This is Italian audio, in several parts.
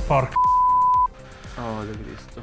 Porca. Oh, Dio Cristo.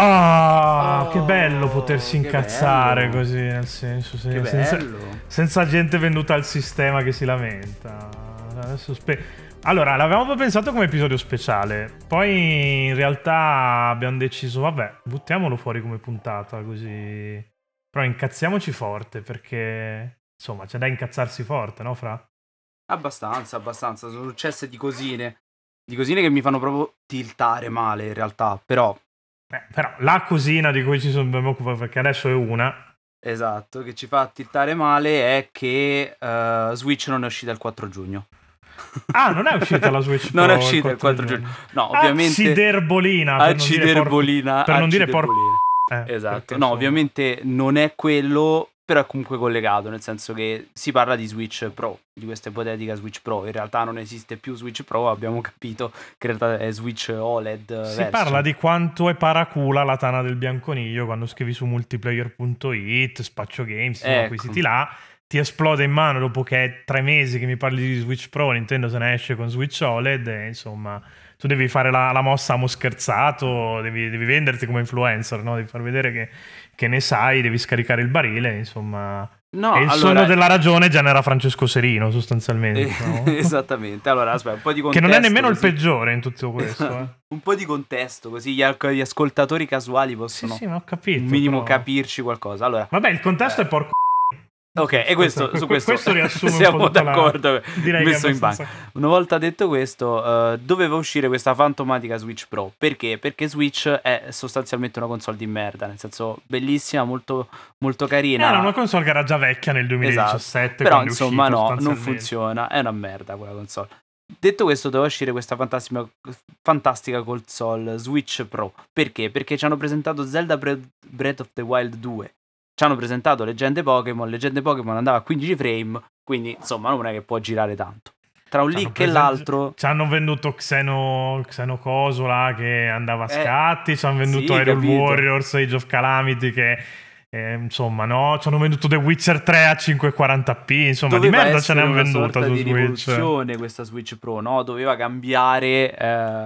Che bello potersi che incazzare bello. così, nel senso, Che bello. senza gente venduta al sistema che si lamenta. Adesso allora, l'avevamo pensato come episodio speciale, poi in realtà abbiamo deciso, vabbè, buttiamolo fuori come puntata, così. Però incazziamoci forte, perché insomma c'è da incazzarsi forte, no, Fra? Abbastanza. Sono successe di cosine che mi fanno proprio tiltare male, in realtà. Però, Però la cosina di cui ci dobbiamo occupare, perché adesso è una. esatto, che ci fa tiltare male è che Switch non è uscita il 4 giugno. Ah, non è uscita la Switch Pro Non è uscita il 4 giugno. giugno. No, ovviamente Acciderbolina, Acciderbolina. per non dire porco. Esatto. Perché, No, insomma, ovviamente non è quello, però è comunque collegato, nel senso che si parla di Switch Pro, di questa ipotetica Switch Pro. In realtà non esiste più Switch Pro, abbiamo capito che in realtà è Switch OLED si version. parla di quanto è paracula la tana del bianconiglio quando scrivi su multiplayer.it, Spaccio Games, insomma, quei siti là. Ti esplode in mano dopo che è 3 mesi che mi parli di Switch Pro, Nintendo se ne esce con Switch OLED e insomma tu devi fare la mossa amo scherzato, devi venderti come influencer, no? Devi far vedere che ne sai, devi scaricare il barile, insomma. No, E il sonno della ragione genera Francesco Serino, sostanzialmente. No? Esattamente. Allora, aspetta, un po' di contesto. Che non è nemmeno così. il peggiore in tutto questo. Un po' di contesto, così gli ascoltatori casuali possono sì, ma ho capito, un minimo però capirci qualcosa. Allora, vabbè, il contesto è porco. ok, e su questo riassume siamo un po' d'accordo. Direi Messo che in banca. Una volta detto questo, doveva uscire questa fantomatica Switch Pro. Perché? Perché Switch è sostanzialmente una console di merda. Nel senso, bellissima, molto, molto carina. Era una console che era già vecchia nel 2017. Esatto. Però quando insomma, è uscito, no, non funziona. È una merda quella console. Detto questo, doveva uscire questa fantastica console Switch Pro. Perché? Perché ci hanno presentato Zelda Breath of the Wild 2. Ci hanno presentato Leggende Pokémon andava a 15 frame, quindi insomma non è che può girare tanto. Tra un leak e l'altro ci hanno venduto Xeno Cosola che andava a scatti, ci hanno venduto Hyrule Warriors, Age of Calamity che insomma no, ci hanno venduto The Witcher 3 a 540p, insomma doveva di merda ce ne hanno venduta su di Switch. rivoluzione questa Switch Pro, no? Doveva cambiare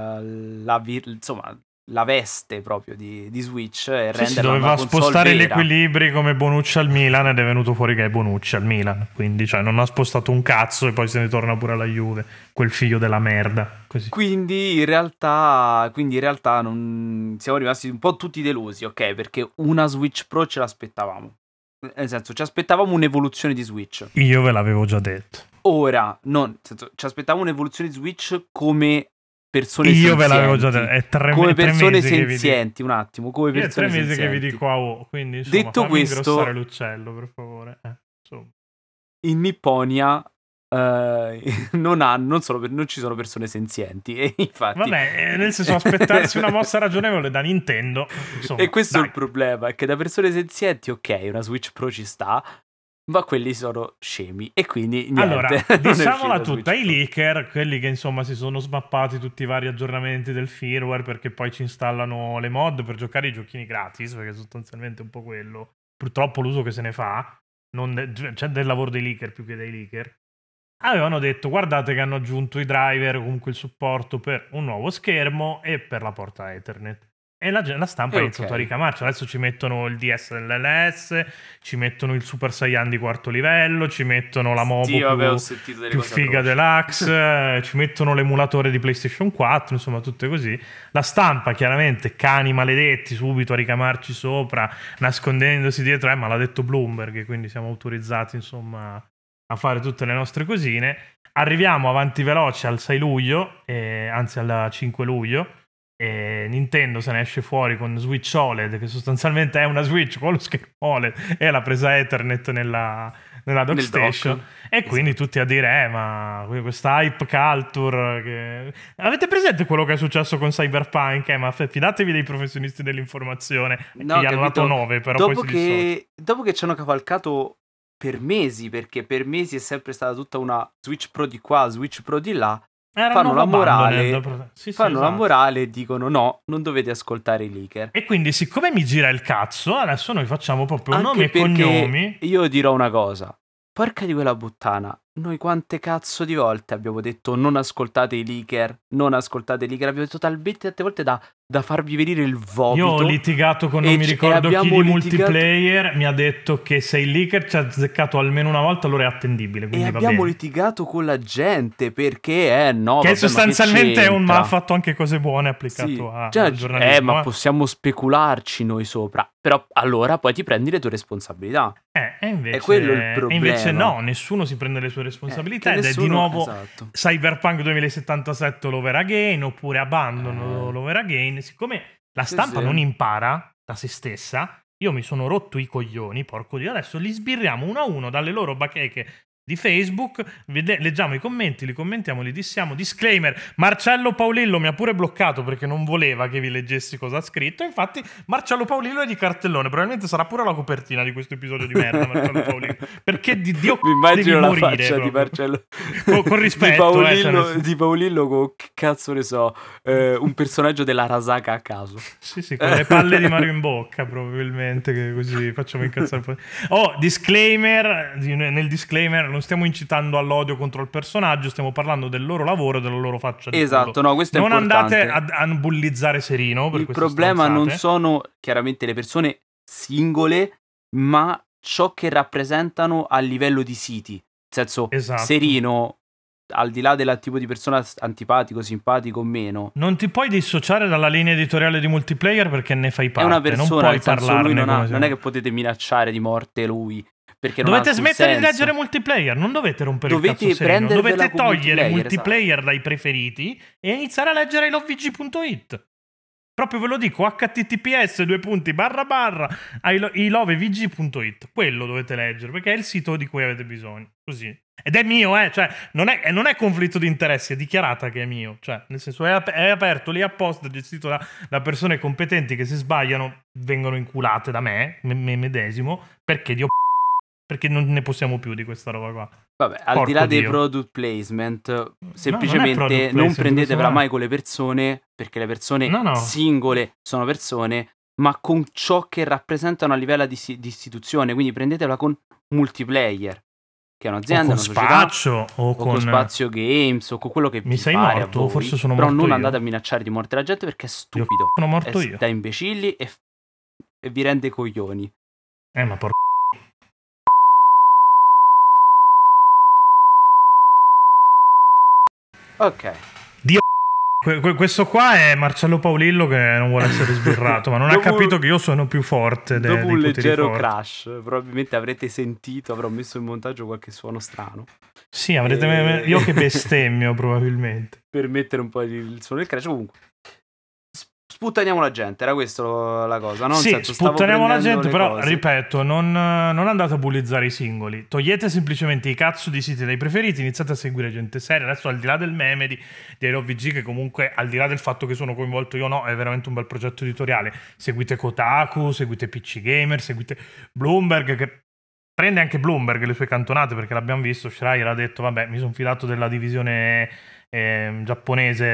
la veste proprio di Switch e renderla doveva una console spostare vera. gli equilibri come Bonucci al Milan ed è venuto fuori che è Bonucci al Milan, quindi cioè non ha spostato un cazzo e poi se ne torna pure alla Juve, quel figlio della merda, così. Quindi in realtà non siamo rimasti un po' tutti delusi, ok? Perché una Switch Pro ce l'aspettavamo. Nel senso, ci aspettavamo un'evoluzione di Switch. Io ve l'avevo già detto. Ora, nel senso, ci aspettavamo un'evoluzione di Switch come persone senzienti. Io ve l'avevo già detto, è come persone senzienti, un attimo, come persone senzienti. È 3 mesi senzienti. che vi dico quindi insomma, detto fammi questo, ingrossare l'uccello, per favore. In Nipponia non ci sono persone senzienti e infatti vabbè, nel senso aspettarsi una mossa ragionevole da Nintendo, insomma, e questo è il problema, è che da persone senzienti ok, una Switch Pro ci sta, ma quelli sono scemi e quindi niente. Allora, diciamola tutta, i leaker, quelli che insomma si sono smappati tutti i vari aggiornamenti del firmware perché poi ci installano le mod per giocare i giochini gratis, perché sostanzialmente è un po' quello, purtroppo l'uso che se ne fa, c'è del lavoro dei leaker più che dei leaker. Avevano detto, guardate che hanno aggiunto i driver, comunque il supporto per un nuovo schermo e per la porta Ethernet. E la stampa ha iniziato a ricamarci. Adesso ci mettono il DSLS, ci mettono il Super Saiyan di quarto livello, ci mettono la Mobo più figa deluxe, ci mettono l'emulatore di PlayStation 4, insomma tutte così. La stampa chiaramente, cani maledetti, subito a ricamarci sopra, nascondendosi dietro, ma l'ha detto Bloomberg, quindi siamo autorizzati insomma a fare tutte le nostre cosine. Arriviamo avanti veloce al 6 luglio, anzi al 5 luglio, e Nintendo se ne esce fuori con Switch OLED, che sostanzialmente è una Switch con lo schermo OLED e la presa Ethernet nella DockStation, e quindi tutti a dire ma questa hype culture che... Avete presente quello che è successo con Cyberpunk? Ma fidatevi dei professionisti dell'informazione, che gli hanno dato 9, però dopo poi dopo che ci hanno cavalcato per mesi, perché per mesi è sempre stata tutta una Switch Pro di qua, Switch Pro di là, fanno la morale, la morale e dicono no, non dovete ascoltare i leaker. E quindi siccome mi gira il cazzo, adesso noi facciamo proprio nomi e cognomi. Io dirò una cosa, porca di quella puttana, Noi quante cazzo di volte abbiamo detto non ascoltate i leaker, abbiamo detto talmente tante volte da farvi venire il vomito. Io ho litigato con non mi ricordo chi di multiplayer, mi ha detto che se il leaker ci ha azzeccato almeno una volta allora è attendibile, E quindi va abbiamo bene. litigato con la gente perché no, Che vabbè, sostanzialmente ma ma ha fatto anche cose buone applicato sì, al giornalismo. ma possiamo specularci noi sopra. Però allora poi ti prendi le tue responsabilità. E invece, È quello il problema. E invece no, nessuno si prende le sue responsabilità ed nessuno, è di nuovo esatto. Cyberpunk 2077 l'over again oppure abbandono l'over again. Siccome la stampa non impara da se stessa, io mi sono rotto i coglioni, porco Dio, adesso li sbirriamo uno a uno dalle loro bacheche di Facebook, leggiamo i commenti, li commentiamo, li dissiamo. Disclaimer: Marcello Paolillo mi ha pure bloccato perché non voleva che vi leggessi cosa ha scritto. Infatti Marcello Paolillo è di cartellone, probabilmente sarà pure la copertina di questo episodio di merda. Marcello Paolillo, perché di Dio mi immagino la morire, faccia proprio. Di Marcello con rispetto, di Paolillo con, che cazzo ne so, un personaggio della Rasaka a caso. Sì, con le palle di Mario in bocca, probabilmente, che così facciamo incazzare un po'. Disclaimer, nel disclaimer non stiamo incitando all'odio contro il personaggio, stiamo parlando del loro lavoro e della loro faccia di esatto, culo. No, questo è non importante. andate a bullizzare Serino per il problema stronzate. non sono chiaramente le persone singole, ma ciò che rappresentano a livello di siti. Nel senso, esatto. Serino, al di là del tipo di persona antipatico, simpatico o meno, non ti puoi dissociare dalla linea editoriale di multiplayer perché ne fai parte. È una persona, non puoi parlarne. Lui non è che potete minacciare di morte lui. Perché dovete non smettere senso. di leggere multiplayer, non dovete rompere il cazzo Serino, dovete togliere multiplayer dai preferiti e iniziare a leggere ilovevg.it. Proprio ve lo dico, https://ilovevg.it. Quello dovete leggere perché è il sito di cui avete bisogno. Così. Ed è mio, cioè non è conflitto di interessi, è dichiarata che è mio, cioè nel senso è aperto lì apposta, gestito da persone competenti che se sbagliano vengono inculate da me medesimo, perché perché non ne possiamo più di questa roba qua. Vabbè, al di là dei product placement, semplicemente non prendetevela mai con le persone, perché le persone singole sono persone, ma con ciò che rappresentano a livello di istituzione. Quindi prendetela con multiplayer, che è un'azienda, o con Spazio, o con Spazio Games, o con quello che vi sei pare morto, a voi. forse sono però morto non io. andate a minacciare di morte la gente perché è stupido. Sono morto io. Da imbecilli e vi rende coglioni. Ma porco. Ok. Dio. Questo qua è Marcello Paolillo che non vuole essere sbirrato, ma non ha capito che io sono più forte. Dopo un leggero crash, probabilmente avrete sentito, avrò messo in montaggio qualche suono strano. Sì, avrete io che bestemmio probabilmente. Per mettere un po' il suono del crash. Comunque, sputtaniamo la gente, era questa la cosa, no? Sì, sputtaniamo la gente, però ripeto, non andate a bullizzare i singoli, togliete semplicemente i cazzo di siti dai preferiti, iniziate a seguire gente seria. Adesso al di là del meme di ilovevg, che comunque al di là del fatto che sono coinvolto io no, è veramente un bel progetto editoriale, seguite Kotaku, seguite PC Gamer, seguite Bloomberg, che prende anche Bloomberg le sue cantonate, perché l'abbiamo visto, Schreier ha detto vabbè, mi sono fidato della divisione giapponese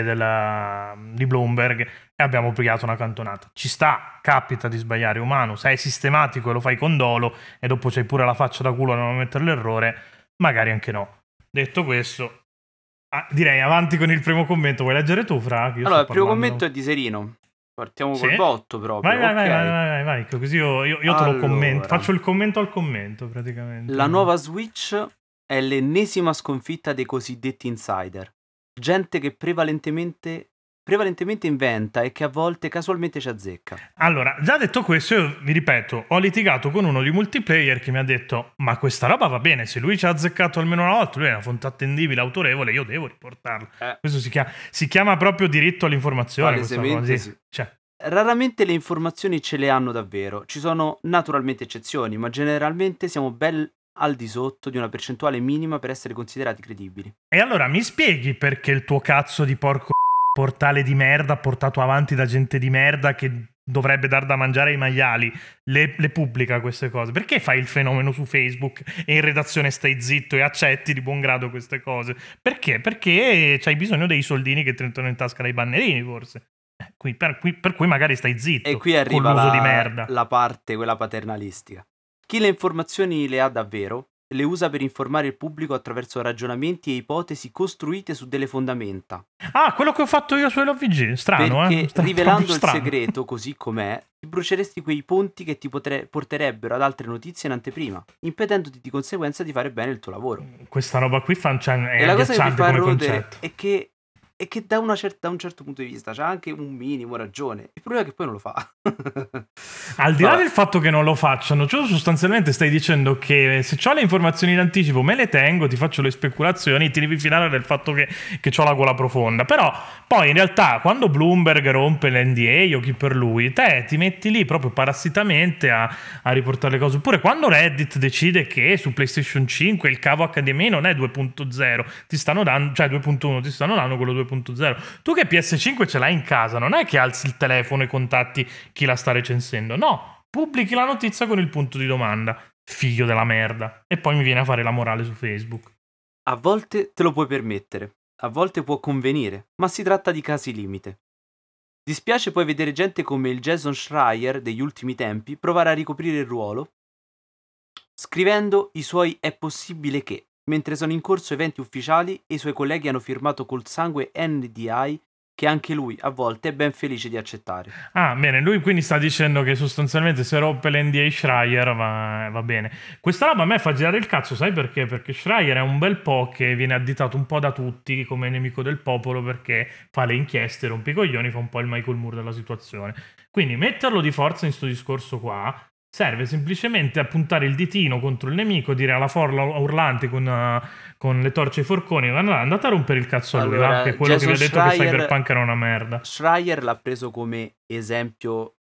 di Bloomberg e abbiamo pigliato una cantonata. Ci sta, capita di sbagliare, umano, sei sistematico e lo fai con dolo e dopo c'hai pure la faccia da culo a non mettere l'errore, magari anche no. Detto questo, direi avanti con il primo commento. Vuoi leggere tu, Fra? Allora, il primo commento è di Serino. Partiamo col botto proprio. Vai, così io te lo commento. Faccio il commento al commento praticamente. La nuova Switch è l'ennesima sconfitta dei cosiddetti insider. Gente che prevalentemente inventa e che a volte casualmente ci azzecca. Allora, già detto questo, io vi ripeto, ho litigato con uno di multiplayer che mi ha detto ma questa roba va bene, se lui ci ha azzeccato almeno una volta, lui è una fonte attendibile, autorevole, io devo riportarlo. Questo si chiama proprio diritto all'informazione. Palesemente sì. Cioè. Raramente le informazioni ce le hanno davvero, ci sono naturalmente eccezioni, ma generalmente siamo ben al di sotto di una percentuale minima per essere considerati credibili. E allora mi spieghi perché il tuo cazzo di portale di merda portato avanti da gente di merda che dovrebbe dar da mangiare ai maiali le pubblica queste cose? Perché fai il fenomeno su Facebook e in redazione stai zitto e accetti di buon grado queste cose? Perché? Perché c'hai bisogno dei soldini che ti entrano in tasca dai bannerini, forse. Per cui magari stai zitto. E qui arriva con l'uso di merda. La parte, quella paternalistica. Chi le informazioni le ha davvero le usa per informare il pubblico attraverso ragionamenti e ipotesi costruite su delle fondamenta. Ah, quello che ho fatto io su LVG, strano, Perché Proprio rivelando il strano. segreto così com'è, ti bruceresti quei ponti che ti porterebbero ad altre notizie in anteprima, impedendoti di conseguenza di fare bene il tuo lavoro. Questa roba qui è E la cosa che mi agghiacciante fa come rodere concetto. è che da un certo punto di vista c'ha anche un minimo ragione. Il problema è che poi non lo fa. Al di là Vabbè. del fatto che non lo facciano, cioè sostanzialmente stai dicendo che se ho le informazioni in anticipo me le tengo, ti faccio le speculazioni, ti devi filare del fatto che ho la gola profonda. Però poi in realtà quando Bloomberg rompe l'NDA o chi per lui, te ti metti lì proprio parassitamente a riportare le cose. Oppure quando Reddit decide che su PlayStation 5 il cavo HDMI non è 2.0, ti stanno dando, cioè 2.1, ti stanno dando quello 2.0. Tu che PS5 ce l'hai in casa, non è che alzi il telefono e contatti chi la sta recensendo. No, pubblichi la notizia con il punto di domanda. Figlio della merda. E poi mi viene a fare la morale su Facebook. A volte te lo puoi permettere, a volte può convenire, ma si tratta di casi limite. Dispiace poi vedere gente come il Jason Schreier degli ultimi tempi provare a ricoprire il ruolo, scrivendo i suoi "è possibile che", mentre sono in corso eventi ufficiali e i suoi colleghi hanno firmato col sangue NDA che anche lui a volte è ben felice di accettare. Ah, bene, lui quindi sta dicendo che sostanzialmente se rompe l'NDA Schreier va bene. Questa roba a me fa girare il cazzo, sai perché? Perché Schreier è un bel po' che viene additato un po' da tutti come nemico del popolo perché fa le inchieste, rompe i coglioni, fa un po' il Michael Moore della situazione. Quindi metterlo di forza in sto discorso qua serve semplicemente a puntare il ditino contro il nemico, dire alla forla urlante con le torce e i forconi, andate a rompere il cazzo a lui, Allora, va? Che è quello Jason che vi ho detto che Schreier- Cyberpunk era una merda. Schreier l'ha preso come esempio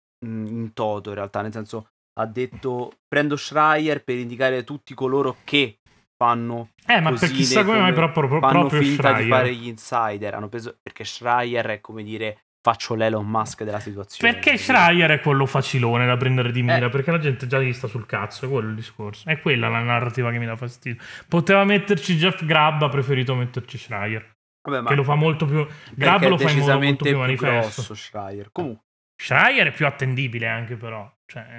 in toto, in realtà, nel senso ha detto prendo Schreier per indicare tutti coloro che fanno ma per cosine, chissà come mai fanno proprio finta di Schreier. fare gli insider, hanno preso perché Schreier è come dire faccio l'Elon Musk della situazione. Perché Schreier è quello facilone da prendere di mira, perché la gente già gli sta sul cazzo, è quello il discorso. È quella la narrativa che mi dà fastidio. Poteva metterci Jeff Grubb, ha preferito metterci Schreier. Vabbè, che lo fa molto più... Grubb lo fa in modo molto più manifesto. grosso Schreier. Comunque Schreier è più attendibile anche però.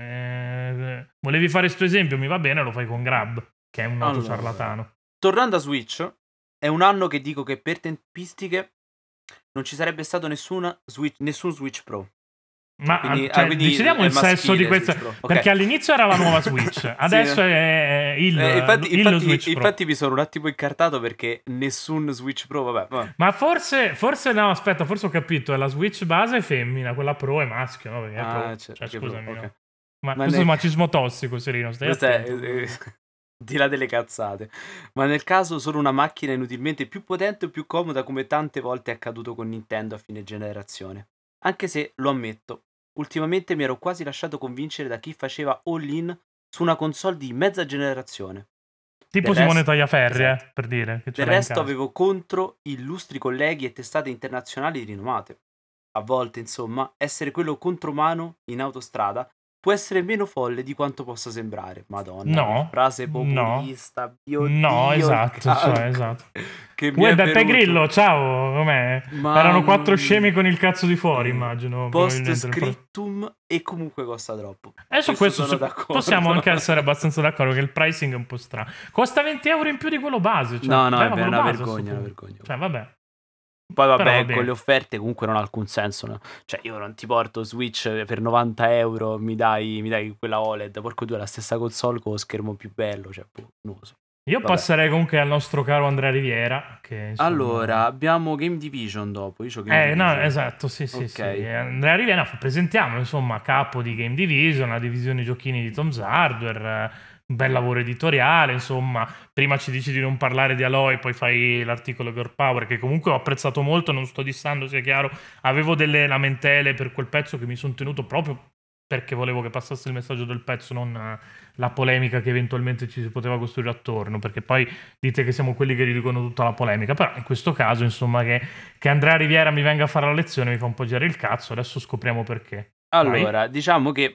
Cioè, volevi fare questo esempio, mi va bene, lo fai con Grubb, che è un noto ciarlatano. Tornando a Switch, è un anno che dico che per tempistiche non ci sarebbe stato nessun Switch Pro. Ma quindi decidiamo il sesso di questa, perché all'inizio era la nuova Switch, adesso è il Switch Pro. Infatti mi sono un attimo incartato perché nessun Switch Pro, vabbè. Ma forse no, aspetta, forse ho capito, è la Switch base è femmina, quella Pro è maschio, no? Perché è Pro. Cioè, scusami, Pro, okay. No. Ma questo è macismo tossico, Serino, stai attento. Di là delle cazzate. Ma nel caso solo una macchina inutilmente più potente o più comoda come tante volte è accaduto con Nintendo a fine generazione. Anche se, lo ammetto, ultimamente mi ero quasi lasciato convincere da chi faceva all-in su una console di mezza generazione. Tipo Simone Tagliaferri, esatto. Per dire. Che del resto avevo contro illustri colleghi e testate internazionali rinomate. A volte, insomma, essere quello contromano in autostrada può essere meno folle di quanto possa sembrare. Madonna, no, frase populista. No, esatto, esatto. Beppe Grillo, ciao, com'è? Erano 4 scemi con il cazzo di fuori, immagino. Post scriptum e comunque costa troppo. Su questo possiamo anche essere abbastanza d'accordo che il pricing è un po' strano. Costa 20 euro in più di quello base. Cioè, no, è una vergogna, Cioè, vabbè. Poi vabbè, con le offerte comunque non ha alcun senso, no? Cioè io non ti porto Switch per 90 euro, mi dai quella OLED, porco due, la stessa console con lo schermo più bello, cioè non lo so. Io passerei comunque al nostro caro Andrea Riviera, che, insomma... Allora, abbiamo Game Division dopo, io c'ho Game Division. No, esatto, sì. Andrea Riviera, presentiamo, insomma, capo di Game Division, la divisione giochini di Tom's Hardware... Un bel lavoro editoriale, insomma. Prima ci dici di non parlare di Aloy, poi fai l'articolo Girl Power, che comunque ho apprezzato molto, non sto dissando, sia chiaro. Avevo delle lamentele per quel pezzo che mi sono tenuto proprio perché volevo che passasse il messaggio del pezzo, non la polemica che eventualmente ci si poteva costruire attorno, perché poi dite che siamo quelli che ridicono tutta la polemica. Però in questo caso, insomma, che Andrea Riviera mi venga a fare la lezione mi fa un po' girare il cazzo. Adesso scopriamo perché. Allora, diciamo che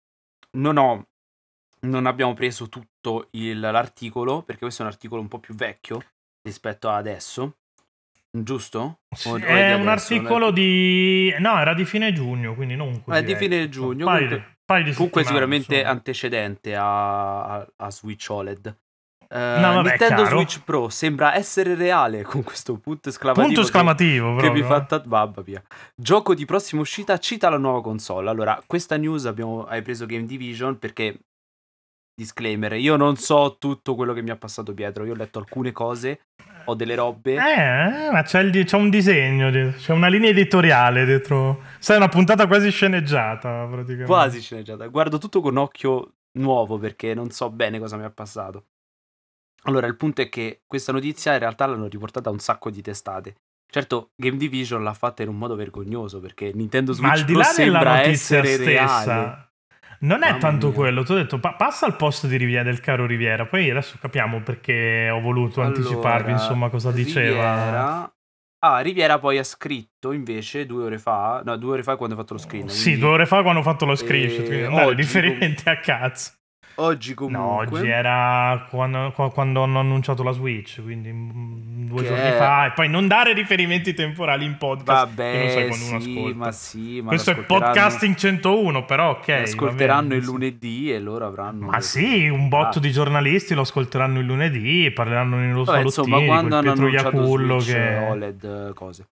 non abbiamo preso tutto l'articolo, perché questo è un articolo un po' più vecchio rispetto a adesso, giusto? È un articolo di... No, era di fine giugno, quindi non così. È di fine giugno, comunque sicuramente antecedente a Switch OLED. No, vabbè, Nintendo chiaro. Switch Pro sembra essere reale con questo punto esclamativo. Punto esclamativo, che mi proprio. fa babba via. Gioco di prossima uscita, cita la nuova console. Allora, questa news hai preso Game Division perché, disclaimer, io non so tutto quello che mi ha passato Pietro. Io ho letto alcune cose, ho delle robe. Ma c'è un disegno dietro, c'è una linea editoriale dietro. Sai, una puntata quasi sceneggiata, praticamente. Quasi sceneggiata. Guardo tutto con occhio nuovo perché non so bene cosa mi è passato. Allora, il punto è che questa notizia in realtà l'hanno riportata a un sacco di testate. Certo, Game Division l'ha fatta in un modo vergognoso perché Nintendo Ma al Switch di Pro là della sembra notizia essere reale. stessa, non è Mamma tanto mia. quello. Ti ho detto, passa al post di Riviera, del caro Riviera. Poi adesso capiamo perché ho voluto anticiparvi, insomma, cosa diceva. Riviera poi ha scritto invece 2 ore fa. No, 2 ore fa quando ho fatto lo screen. Sì, quindi 2 ore fa quando ho fatto lo screenshot. Quindi andare oggi riferimenti a cazzo. Oggi No, comunque. oggi era quando hanno annunciato la Switch, quindi 2 Che giorni fa. E poi non dare riferimenti temporali in podcast, che non sai Vabbè, quando uno ascolta. sì, ma Questo è podcasting 101, però ok. L'ascolteranno va il bene, lunedì e loro avranno. Ma sì, un botto di giornalisti lo ascolteranno il lunedì e parleranno nei loro Vabbè, insomma, salottini di quando quel hanno Pietro annunciato Iacullo Switch che... OLED cose.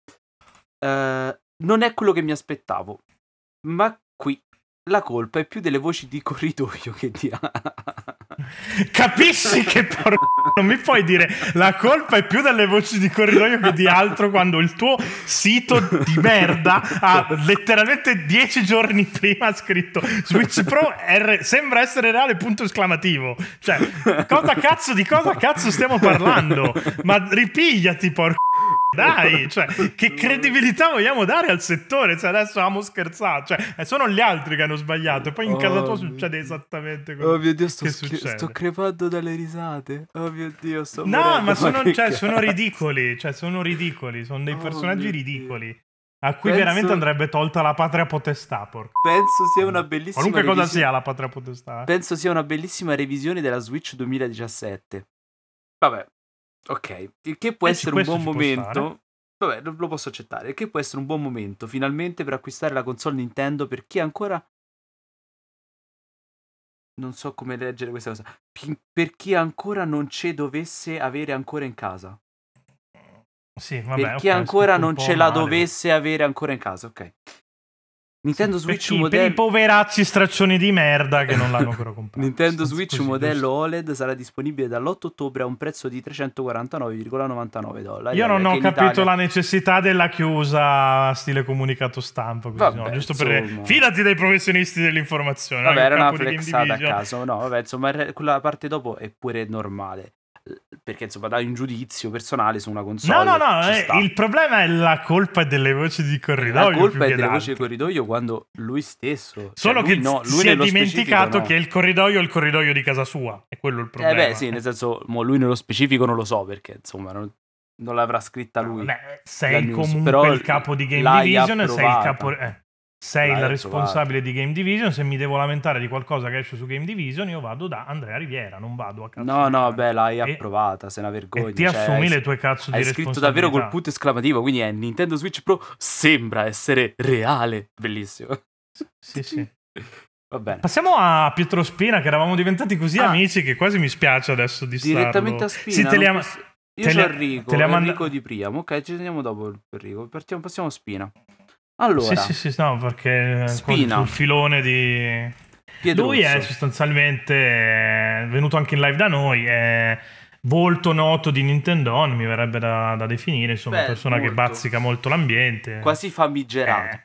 Non è quello che mi aspettavo. Ma qui la colpa è più delle voci di corridoio che di... Capisci che non mi puoi dire la colpa è più delle voci di corridoio che di altro quando il tuo sito di merda ha letteralmente 10 giorni prima scritto Switch Pro sembra essere reale, punto esclamativo. Cioè, di cosa cazzo stiamo parlando? Ma ripigliati, porco. Dai, cioè, che credibilità vogliamo dare al settore? Cioè, adesso avevamo scherzato, cioè, sono gli altri che hanno sbagliato e poi in casa tua succede esattamente quello Oh mio Dio, che succede. sto crepando dalle risate. Oh mio Dio, sto No, morendo, ma sono ridicoli, sono dei personaggi ridicoli a cui veramente andrebbe tolta la patria potestà, porco. Penso sia una bellissima qualunque cosa sia la patria potestà. Penso sia una bellissima revisione della Switch 2017. Vabbè. Ok, il che può essere un buon momento. Vabbè, lo posso accettare. Il che può essere un buon momento finalmente per acquistare la console Nintendo per chi ancora. Non so come leggere questa cosa. Per chi ancora non ce dovesse avere ancora in casa. Sì, vabbè. Per chi ancora non ce la dovesse avere ancora in casa, ok. Nintendo Switch modello. Per i poveracci straccioni di merda che non l'hanno ancora comprato. Nintendo Switch modello OLED sarà disponibile dall'8 ottobre a un prezzo di $349,99. Io non ho capito la necessità della chiusa stile comunicato stampa. Così, vabbè, no? Giusto per fidati dai professionisti dell'informazione. Vabbè, era una flexata a caso. No, vabbè, insomma, quella parte dopo è pure normale. Perché insomma dai un giudizio personale su una console. No, il problema è la colpa delle voci di corridoio. La colpa è delle voci di corridoio quando lui stesso. Solo cioè, lui si è dimenticato che il corridoio è il corridoio di casa sua. È quello il problema. Beh, sì, nel senso, lui nello specifico non lo so perché insomma non l'avrà scritta lui. Sei comunque però il capo di Game Division, sei il capo. Sei il responsabile di Game Division. Se mi devo lamentare di qualcosa che esce su Game Division, io vado da Andrea Riviera, non vado a cazzo. No, beh, l'hai approvata, sei una vergogna. E ti assumi le tue cazzo di responsabilità. Hai scritto davvero col punto esclamativo, quindi è Nintendo Switch Pro sembra essere reale. Bellissimo. Sì. Va bene. Passiamo a Pietro Spina, che eravamo diventati così amici che quasi mi spiace adesso di direttamente a Spina. Sì, io c'ho Enrico di Priamo. Ok, ci teniamo dopo Enrico. Passiamo a Spina. Allora, sì, no, perché Spina, sul filone di Piedruzzo. Lui è sostanzialmente venuto anche in live da noi, è volto noto di Nintendo, mi verrebbe da definire, insomma, persona che bazzica molto l'ambiente. Quasi famigerato.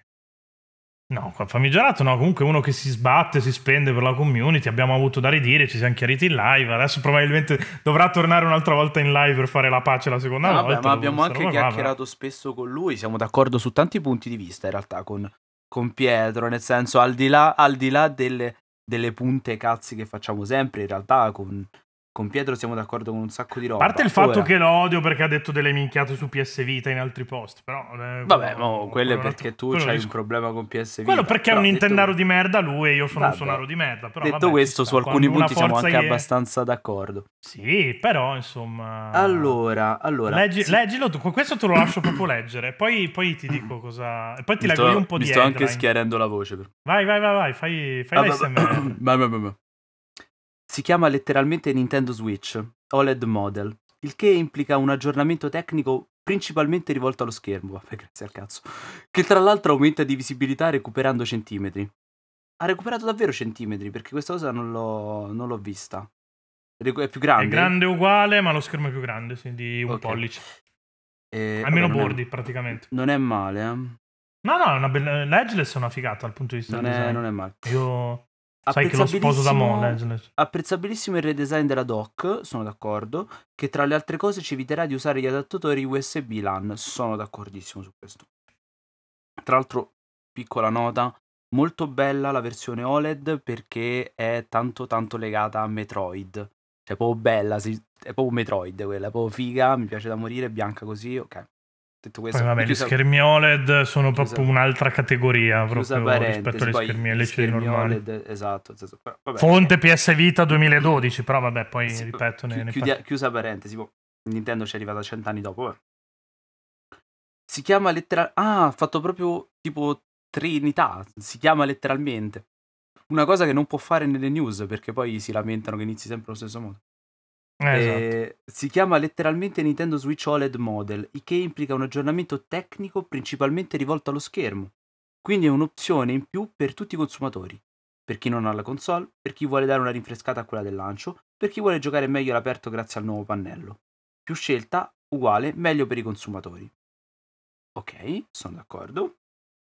No, famigerato no, comunque uno che si sbatte, si spende per la community, abbiamo avuto da ridire, ci siamo chiariti in live, adesso probabilmente dovrà tornare un'altra volta in live per fare la pace la seconda volta. Ma abbiamo anche chiacchierato spesso con lui, siamo d'accordo su tanti punti di vista in realtà con Pietro, nel senso al di là delle punte cazzi che facciamo sempre, in realtà con Pietro siamo d'accordo con un sacco di roba. A parte il fatto che lo odio perché ha detto delle minchiate su PS Vita in altri post, però vabbè, quello è perché tu c'hai un problema con PS Vita. Quello perché è un Nintendaro di merda lui e io sono un sonaro di merda, però detto questo, su alcuni punti siamo anche abbastanza d'accordo. Sì, però insomma. Allora. Leggilo tu, questo te lo lascio proprio leggere, poi ti dico cosa e poi ti leggo io un po' di sto anche schiarendo la voce. Vai, fai l'ASMR. Si chiama letteralmente Nintendo Switch. OLED model, il che implica un aggiornamento tecnico principalmente rivolto allo schermo, vabbè, grazie al cazzo, che tra l'altro aumenta di visibilità recuperando centimetri. Ha recuperato davvero centimetri, perché questa cosa non l'ho vista. È più grande? È grande uguale, ma lo schermo è più grande, sì, di un pollice. Almeno bordi, praticamente. Non è male, eh? No, l'Edgeless è una figata dal punto di vista del design. Non è male. Io sai che lo sposo da mo' l'Edgeless. Apprezzabilissimo il redesign della dock, sono d'accordo, che tra le altre cose ci eviterà di usare gli adattatori USB LAN, sono d'accordissimo su questo. Tra l'altro, piccola nota, molto bella la versione OLED perché è tanto legata a Metroid. Cioè, proprio bella, è proprio Metroid quella, è proprio figa, mi piace da morire, bianca così, ok. Detto questo, poi vabbè, gli schermi OLED sono proprio un'altra categoria proprio rispetto agli schermi LCD normali. OLED, esatto. Vabbè, fonte PS Vita 2012, però vabbè, poi sì, ripeto, chiusa parentesi, Nintendo ci è arrivata 100 anni dopo. Vabbè. Si chiama ha fatto proprio tipo Trinità, si chiama letteralmente. Una cosa che non può fare nelle news, perché poi si lamentano che inizi sempre allo stesso modo. Esatto. Si chiama letteralmente Nintendo Switch OLED Model, il che implica un aggiornamento tecnico principalmente rivolto allo schermo. Quindi è un'opzione in più per tutti i consumatori. Per chi non ha la console, per chi vuole dare una rinfrescata a quella del lancio, per chi vuole giocare meglio all'aperto grazie al nuovo pannello. Più scelta, uguale, meglio per i consumatori. Ok, sono d'accordo.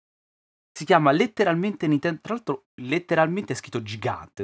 Si chiama letteralmente Nintendo. Tra l'altro, letteralmente è scritto gigante.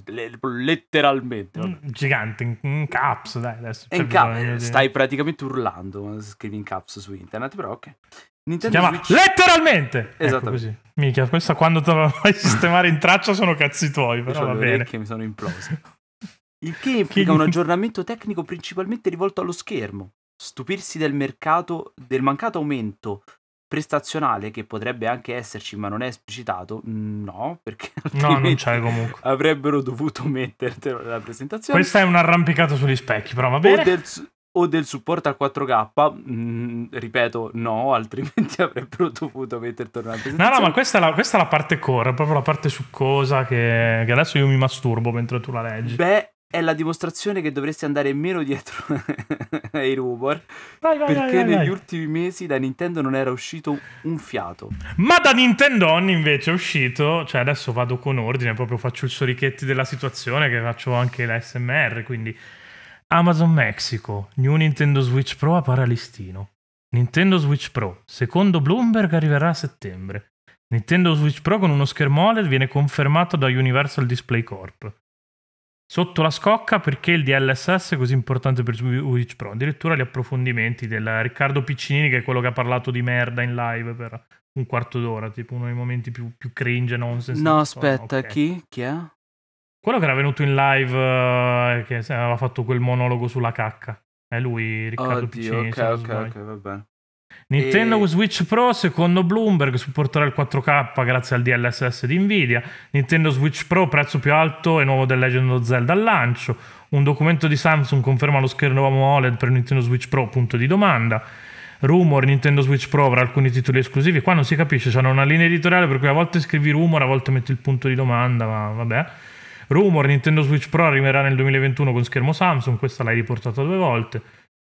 Letteralmente. Gigante, in caps, dai, adesso. Stai praticamente urlando quando scrivi in caps su internet, però ok. Nintendo si chiama Switch... letteralmente! Esattamente. Ecco così. Minchia, questa quando te la fai sistemare in traccia sono cazzi tuoi, però va bene. Che mi sono implose. Il che implica un aggiornamento tecnico principalmente rivolto allo schermo. Stupirsi del mancato aumento prestazionale, che potrebbe anche esserci ma non è esplicitato, no, perché no, non c'è comunque. Avrebbero dovuto mettertelo nella presentazione. Questa è un'arrampicata sugli specchi, però va bene. O del supporto al 4K, ripeto, no, altrimenti avrebbero dovuto metterlo nella presentazione. No, ma questa è la parte core, proprio la parte succosa che adesso io mi masturbo mentre tu la leggi. Beh, è la dimostrazione che dovresti andare meno dietro ai rumor, perché negli ultimi mesi da Nintendo non era uscito un fiato. Ma da Nintendo invece è uscito, cioè adesso vado con ordine, proprio faccio il sorichetti della situazione, che faccio anche la SMR, quindi Amazon Mexico, New Nintendo Switch Pro appare a listino. Nintendo Switch Pro, secondo Bloomberg arriverà a settembre. Nintendo Switch Pro con uno schermo OLED viene confermato da Universal Display Corp. Sotto la scocca perché il DLSS è così importante per Switch Pro. Addirittura gli approfondimenti del Riccardo Piccinini, che è quello che ha parlato di merda in live per un quarto d'ora, tipo uno dei momenti più cringe, nonsense. No, aspetta, okay. Chi è? Quello che era venuto in live, che aveva fatto quel monologo sulla cacca. È lui, Riccardo Piccinini. Ok, va bene. Nintendo Switch Pro, secondo Bloomberg, supporterà il 4K grazie al DLSS di Nvidia. Nintendo Switch Pro, prezzo più alto e nuovo The Legend of Zelda al lancio. Un documento di Samsung conferma lo schermo OLED per Nintendo Switch Pro, punto di domanda. Rumor, Nintendo Switch Pro avrà alcuni titoli esclusivi. Qua non si capisce, c'hanno una linea editoriale per cui a volte scrivi rumor, a volte metti il punto di domanda, ma vabbè. Rumor, Nintendo Switch Pro arriverà nel 2021 con schermo Samsung, questa l'hai riportata 2 volte.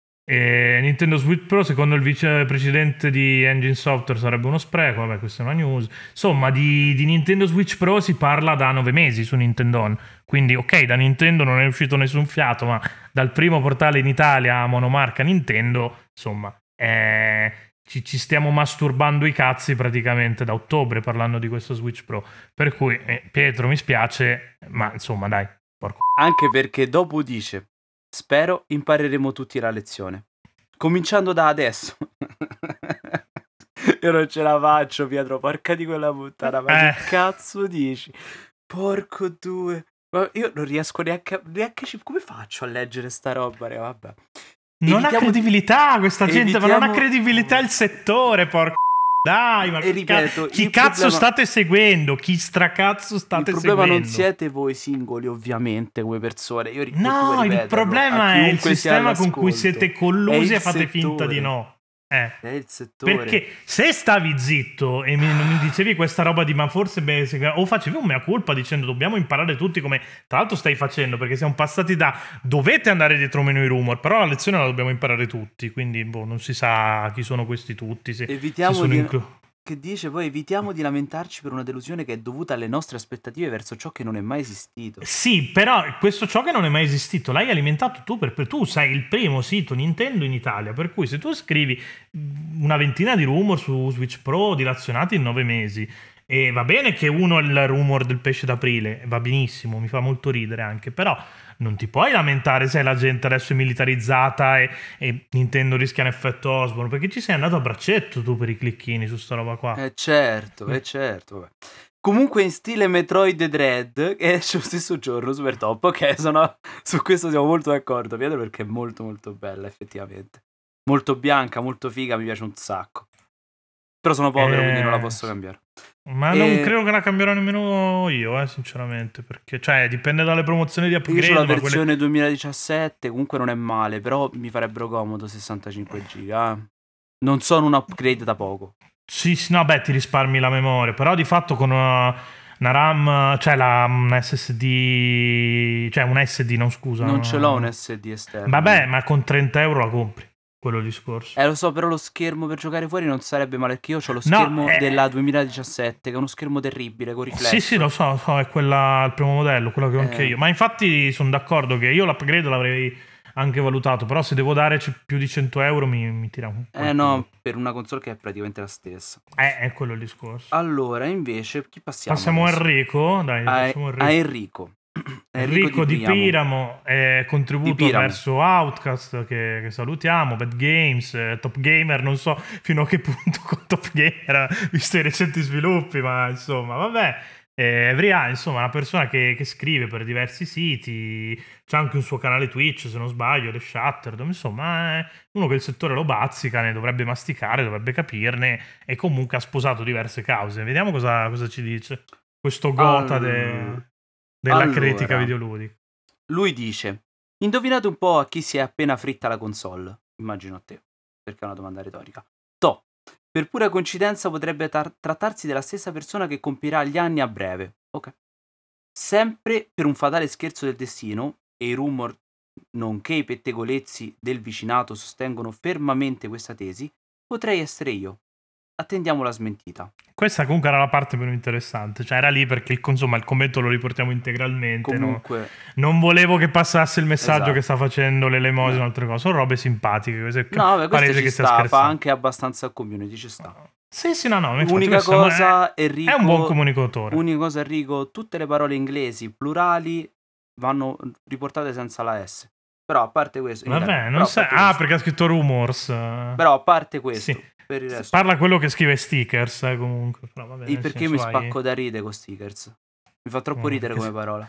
E Nintendo Switch Pro, secondo il vicepresidente di Engine Software, sarebbe uno spreco. Vabbè, questa è una news. Insomma, di Nintendo Switch Pro si parla da 9 mesi su Nintendo. Quindi, ok, da Nintendo non è uscito nessun fiato, ma dal primo portale in Italia a monomarca Nintendo, insomma, ci stiamo masturbando i cazzi praticamente da ottobre parlando di questo Switch Pro. Per cui, Pietro, mi spiace, ma insomma, dai, porco. Anche perché dopo dice... Spero impareremo tutti la lezione. Cominciando da adesso. Io non ce la faccio, Pietro. Porca di quella puttana. Ma che cazzo dici? Porco due. Ma io non riesco neanche come faccio a leggere sta roba? Vabbè. Non ha credibilità questa gente, ma non ha credibilità il settore, porco. Dai, ma ripeto, chi cazzo state seguendo? Chi stracazzo state seguendo? Il problema non siete voi singoli, ovviamente, come persone. Io no, il problema è il sistema con cui siete collusi e fate finta di no. È il settore. Perché se stavi zitto e non mi dicevi questa roba di ma forse o facevi un mea culpa dicendo dobbiamo imparare tutti, come tra l'altro stai facendo, perché siamo passati da dovete andare dietro meno i rumor, però la lezione la dobbiamo imparare tutti, quindi non si sa chi sono questi tutti, se Evitiamo che dice poi evitiamo di lamentarci per una delusione che è dovuta alle nostre aspettative verso ciò che non è mai esistito. Sì, però questo ciò che non è mai esistito l'hai alimentato tu, per tu sei il primo sito Nintendo in Italia, per cui se tu scrivi una ventina di rumor su Switch Pro dilazionati in 9 mesi, e va bene che uno è il rumor del pesce d'aprile, va benissimo, mi fa molto ridere anche, però non ti puoi lamentare se la gente adesso è militarizzata e Nintendo rischia un effetto Osborne, perché ci sei andato a braccetto tu per i clicchini su sta roba qua. Certo. Vabbè. Comunque in stile Metroid Dread, che esce lo stesso giorno, super top, ok, su questo siamo molto d'accordo, Pietro, perché è molto molto bella effettivamente. Molto bianca, molto figa, mi piace un sacco. Però sono povero, quindi non la posso cambiare. Ma non credo che la cambierò nemmeno io, sinceramente, perché cioè dipende dalle promozioni di upgrade. Io ho la versione 2017, comunque non è male, però mi farebbero comodo 65 giga. Non sono un upgrade da poco. Sì, no, beh, ti risparmi la memoria, però di fatto con una RAM, cioè un SSD, cioè un SD, non scusa. Non ce l'ho un SD esterno. Vabbè, ma con 30 euro la compri. Quello è il discorso. Lo so, però lo schermo per giocare fuori non sarebbe male, perché io ho lo schermo della 2017, che è uno schermo terribile, con riflesso. Sì, lo so, è quella, il primo modello, quello che ho anche io. Ma infatti sono d'accordo che io l'upgrade l'avrei anche valutato, però se devo dare più di 100 euro mi tira un po'. No, per una console che è praticamente la stessa. È quello il discorso. Allora, invece, chi passiamo? Passiamo a Enrico, dai, a Enrico. Enrico di Piramo, contributo verso Outcast che salutiamo, Bad Games, Top Gamer, non so fino a che punto con Top Gamer visto i recenti sviluppi, ma insomma vabbè, Evria, insomma, una persona che scrive per diversi siti, c'è anche un suo canale Twitch se non sbaglio, The Shattered, insomma è uno che il settore lo bazzica, ne dovrebbe masticare, dovrebbe capirne e comunque ha sposato diverse cause. Vediamo cosa ci dice questo gota della critica videoludica. Lui dice: indovinate un po' a chi si è appena fritta la console? Immagino a te, perché è una domanda retorica. Per pura coincidenza potrebbe trattarsi della stessa persona che compirà gli anni a breve. Ok. Sempre per un fatale scherzo del destino, e i rumor nonché i pettegolezzi del vicinato sostengono fermamente questa tesi, potrei essere io. Attendiamo la smentita. Questa comunque era la parte meno interessante, cioè era lì perché il commento lo riportiamo integralmente. Comunque, no? Non volevo che passasse il messaggio esatto. Che sta facendo l'elemosina o altre cose, sono robe simpatiche. No, questo ci sta, fa anche abbastanza community, ci sta. Sì, no. Unica cosa, Enrico, è un buon comunicatore. Unica cosa, Enrico, tutte le parole inglesi plurali vanno riportate senza la S. Però a parte questo... Vabbè, non sai... perché ha scritto rumors. Però a parte questo... Sì. Per il resto. Parla quello che scrive stickers, comunque. Però, vabbè, perché mi spacco da ridere con stickers. Mi fa troppo ridere come parola.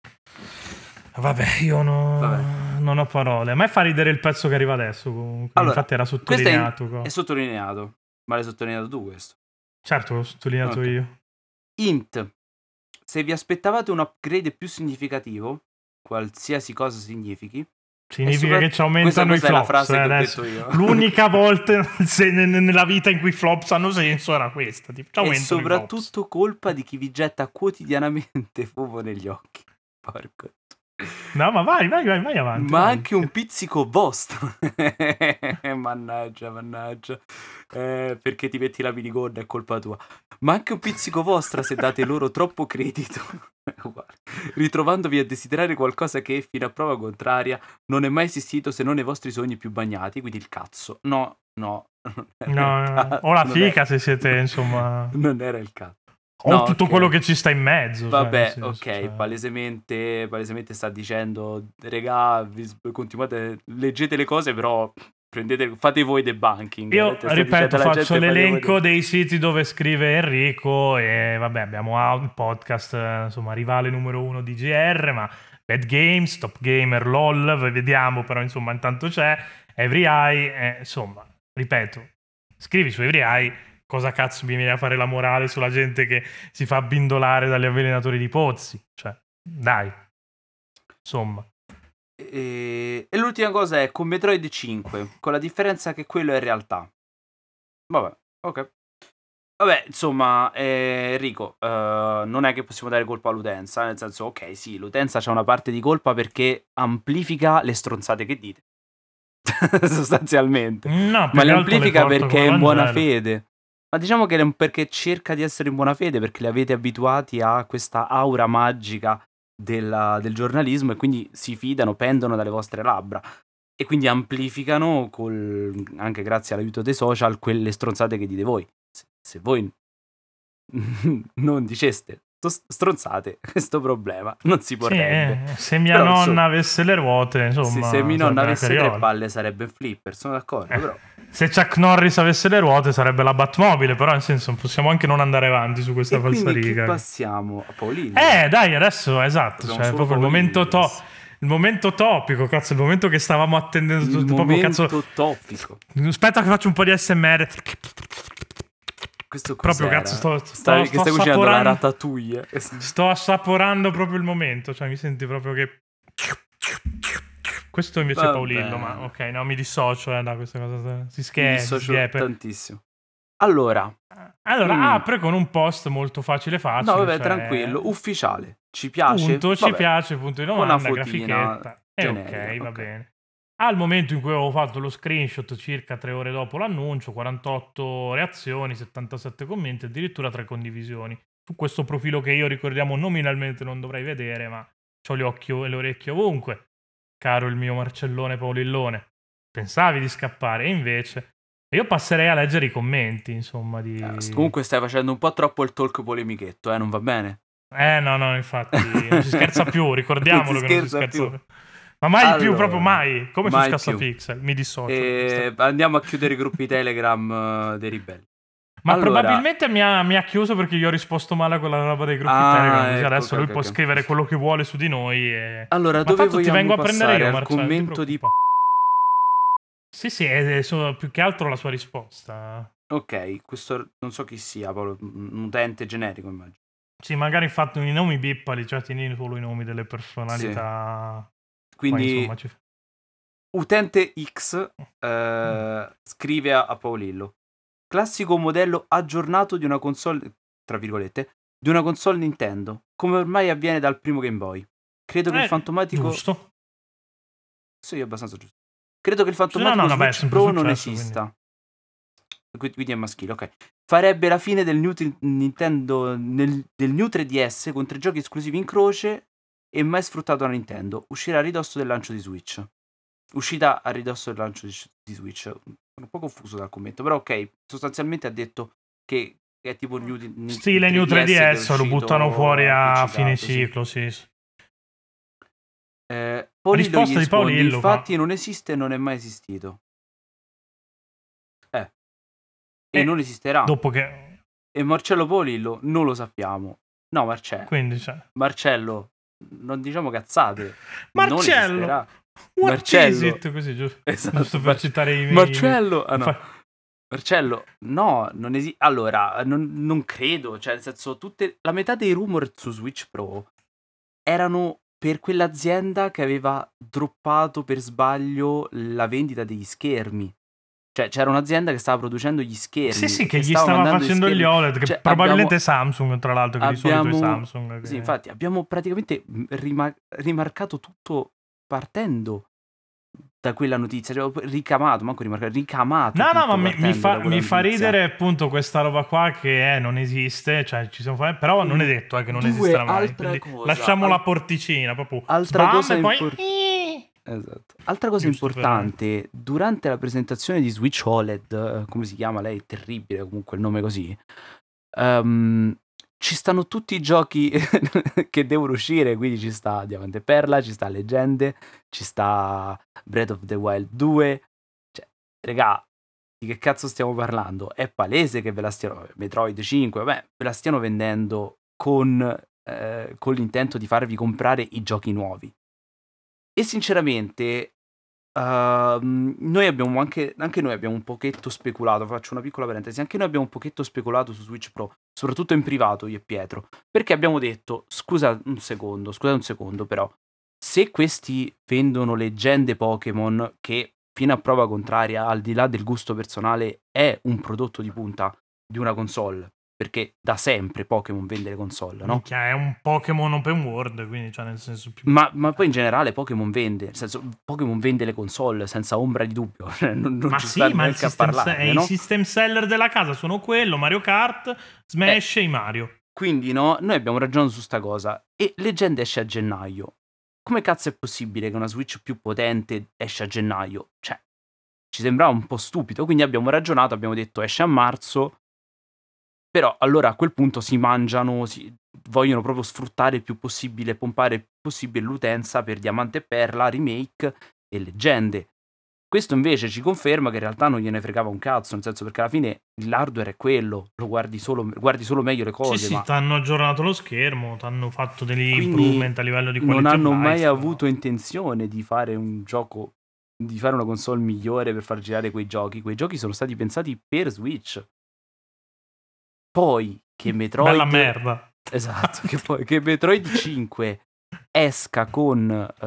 Vabbè, io non ho parole. A me fa ridere il pezzo che arriva adesso, comunque. Allora, infatti era sottolineato. È sottolineato. Ma l'hai sottolineato tu questo? Certo, l'ho sottolineato io. Int. Se vi aspettavate un upgrade più significativo, qualsiasi cosa significhi, significa che ci aumentano i flops. Adesso. L'unica volta nella vita in cui i flops hanno senso era questa. Tipo, è soprattutto colpa di chi vi getta quotidianamente fumo negli occhi. Porco. No, ma vai avanti. Ma anche un pizzico vostro. Mannaggia. Perché ti metti la minigonna, è colpa tua. Ma anche un pizzico vostra se date loro troppo credito. Ritrovandovi a desiderare qualcosa che, fino a prova contraria, non è mai esistito se non nei vostri sogni più bagnati, quindi il cazzo. No. O la fica se siete, insomma... Non era il cazzo. O tutto quello che ci sta in mezzo. Vabbè, palesemente sta dicendo, regà, continuate, leggete le cose, però fate voi debunking. Io ripeto, faccio l'elenco dei siti dove scrive Enrico e vabbè, abbiamo un podcast, insomma, rivale numero 1 di GR, ma Bad Games, Top Gamer, LOL, vediamo, però insomma intanto c'è Every Eye, insomma, ripeto, scrivi su Every Eye. Cosa cazzo mi viene a fare la morale sulla gente che si fa abbindolare dagli avvelenatori di pozzi? Cioè, dai. Insomma. E l'ultima cosa è con Metroid 5, con la differenza che quello è realtà. Vabbè, ok. Vabbè, insomma, Enrico, non è che possiamo dare colpa all'utenza, nel senso, ok, sì, l'utenza c'ha una parte di colpa perché amplifica le stronzate che dite, sostanzialmente, No, più ma che le altro le amplifica porto perché come è in buona Vangelo. fede. Ma diciamo che è perché cerca di essere in buona fede, perché li avete abituati a questa aura magica del giornalismo e quindi si fidano, pendono dalle vostre labbra. E quindi amplificano, anche grazie all'aiuto dei social, quelle stronzate che dite voi. Se voi non diceste stronzate, questo problema non si Sì, porrebbe. se mia Però, nonna insomma, avesse le ruote, se insomma, mia nonna sarebbe una avesse 3 carriola. palle sarebbe un flipper, sono d'accordo, però... Se Chuck Norris avesse le ruote sarebbe la Batmobile, però nel senso possiamo anche non andare avanti su questa E quindi chi falsariga. passiamo? A Paolillo. Dai, adesso, esatto, Abbiamo cioè solo proprio Paolillo adesso. il momento topico, cazzo, il momento che stavamo attendendo Il tutti, proprio, cazzo. momento topico. Aspetta che faccio un po' di ASMR. Questo Proprio, cos'era? cazzo, sto Che stai cucinando la assaporando. ratatouille. Sto assaporando proprio il momento, cioè mi senti proprio che... Questo invece è Va Paolillo, ma bene. ok, no, mi dissocio da questa cosa. Si Mi si dissocio sghiepe. tantissimo. Allora, Allora, apre con un post molto facile no, facile, vabbè, cioè... tranquillo, ufficiale. Ci piace? Punto, ci Vabbè, piace, punto di con una domanda, fotina grafichetta. E generica, ok, va ok. bene. Al momento in cui avevo fatto lo screenshot, circa 3 ore dopo l'annuncio, 48 reazioni, 77 commenti, addirittura 3 condivisioni. Su questo profilo che io, ricordiamo, nominalmente non dovrei vedere, ma ho gli occhi e le orecchie ovunque. Caro il mio Marcellone Paolillone. Pensavi di scappare, e invece... Io passerei a leggere i commenti, insomma, di... Comunque stai facendo un po' troppo il talk polemichetto, non va bene? No, infatti, non si scherza più, Non si ricordiamolo che non si scherza scherza più. più. Ma mai più, proprio Allora, mai, come su mai più. Scassapixel, mi dissocio da questa cosa. Andiamo a chiudere i gruppi Telegram dei ribelli. Ma Allora, probabilmente mi ha chiuso perché gli ho risposto male a quella roba dei gruppi Telegram, così ecco, adesso ok, lui ok, può ok. scrivere quello che vuole su di noi Allora, Ma dove tanto ti vogliamo vengo a prendere passare? io, Al Marcello, non ti commento di... preoccupare. Sì, è più che altro la sua risposta. Ok, questo non so chi sia, Paolo, un utente generico, immagino. Sì, magari infatti i nomi bippali, cioè tieni solo i nomi delle Sì. personalità. Poi Quindi, insomma utente X scrive a Paolillo. Classico modello aggiornato di una console, tra virgolette, di una console Nintendo, come ormai avviene dal primo Game Boy. Credo che il fantomatico... Giusto. Sì, abbastanza giusto. Credo che il No, fantomatico beh, è Switch sempre Pro non successo, esista. Quindi è maschile, ok. Farebbe la fine del Nintendo del New 3DS con 3 giochi esclusivi in croce e mai sfruttato da Nintendo. Uscirà a ridosso del lancio di Switch. Uscita a ridosso del lancio di Switch. Sono un po' confuso dal commento, però ok, sostanzialmente ha detto che è tipo Stile New 3DS, lo buttano fuori a fine sì. ciclo, sì. Paolillo gli Risposta di risponde, Paolillo, infatti non esiste e non è mai esistito. E non esisterà. Dopo che... E Marcello Paolillo non lo sappiamo. No, Marcello. Quindi, cioè... Marcello, non diciamo cazzate. Non Marcello! esisterà. What Marcello. is it? Così, giusto, Esatto, giusto per citare i miei... Marcello! Ah no. Marcello, no, non esiste. Allora, non credo. Cioè, nel senso, la metà dei rumor su Switch Pro erano per quell'azienda che aveva droppato per sbaglio la vendita degli schermi. Cioè, c'era un'azienda che stava producendo gli schermi. Sì, che gli stava stava mandando facendo gli OLED, che cioè, probabilmente è Samsung, tra l'altro, che di solito è Samsung. Che... Sì, infatti, abbiamo praticamente rimarcato tutto partendo da quella notizia, cioè, ricamato ma mi fa ridere appunto questa roba qua che non esiste, cioè ci siamo però non è detto che non esisterà mai. Lasciamo la porticina, proprio altra cosa e poi... Esatto. Altra cosa Giusto, importante, durante la presentazione di Switch OLED, come si chiama lei? Terribile comunque il nome così. Ci stanno tutti i giochi che devono uscire, quindi ci sta Diamante e Perla, ci sta Leggende, ci sta Breath of the Wild 2. Cioè, regà, di che cazzo stiamo parlando? È palese che ve la stiano... Metroid 5, vabbè, ve la stiano vendendo con l'intento di farvi comprare i giochi nuovi. E sinceramente, noi abbiamo anche noi abbiamo un pochetto speculato, faccio una piccola parentesi, anche noi abbiamo un pochetto speculato su Switch Pro, soprattutto in privato io e Pietro, perché abbiamo detto, scusate un secondo però, se questi vendono leggende Pokémon, che fino a prova contraria, al di là del gusto personale, è un prodotto di punta di una console. Perché da sempre Pokémon vende le console, no? Minchia, è un Pokémon open world, quindi cioè nel senso più... Ma poi in generale Pokémon vende, nel senso Pokémon vende le console senza ombra di dubbio, non Ma ci sì, stanno ma neanche a parlarne, i no? system seller della casa sono quello, Mario Kart, Smash e i Mario. Quindi no, noi abbiamo ragionato su sta cosa e Legend esce a gennaio. Come cazzo è possibile che una Switch più potente esce a gennaio? Cioè, ci sembrava un po' stupido, quindi abbiamo ragionato, abbiamo detto esce a marzo, però allora a quel punto si mangiano, vogliono proprio sfruttare il più possibile, pompare il più possibile l'utenza per Diamante e Perla, Remake e Leggende. Questo invece ci conferma che in realtà non gliene fregava un cazzo, nel senso perché alla fine l'hardware è quello, lo guardi solo meglio le cose. Sì, ma ti hanno aggiornato lo schermo, ti hanno fatto degli quindi improvement a livello di quality non hanno of life, mai però. avuto intenzione di fare un gioco, di fare una console migliore per far girare quei giochi. Quei giochi sono stati pensati per Switch. Poi che Metroid... Bella merda. Esatto, che Metroid 5 esca con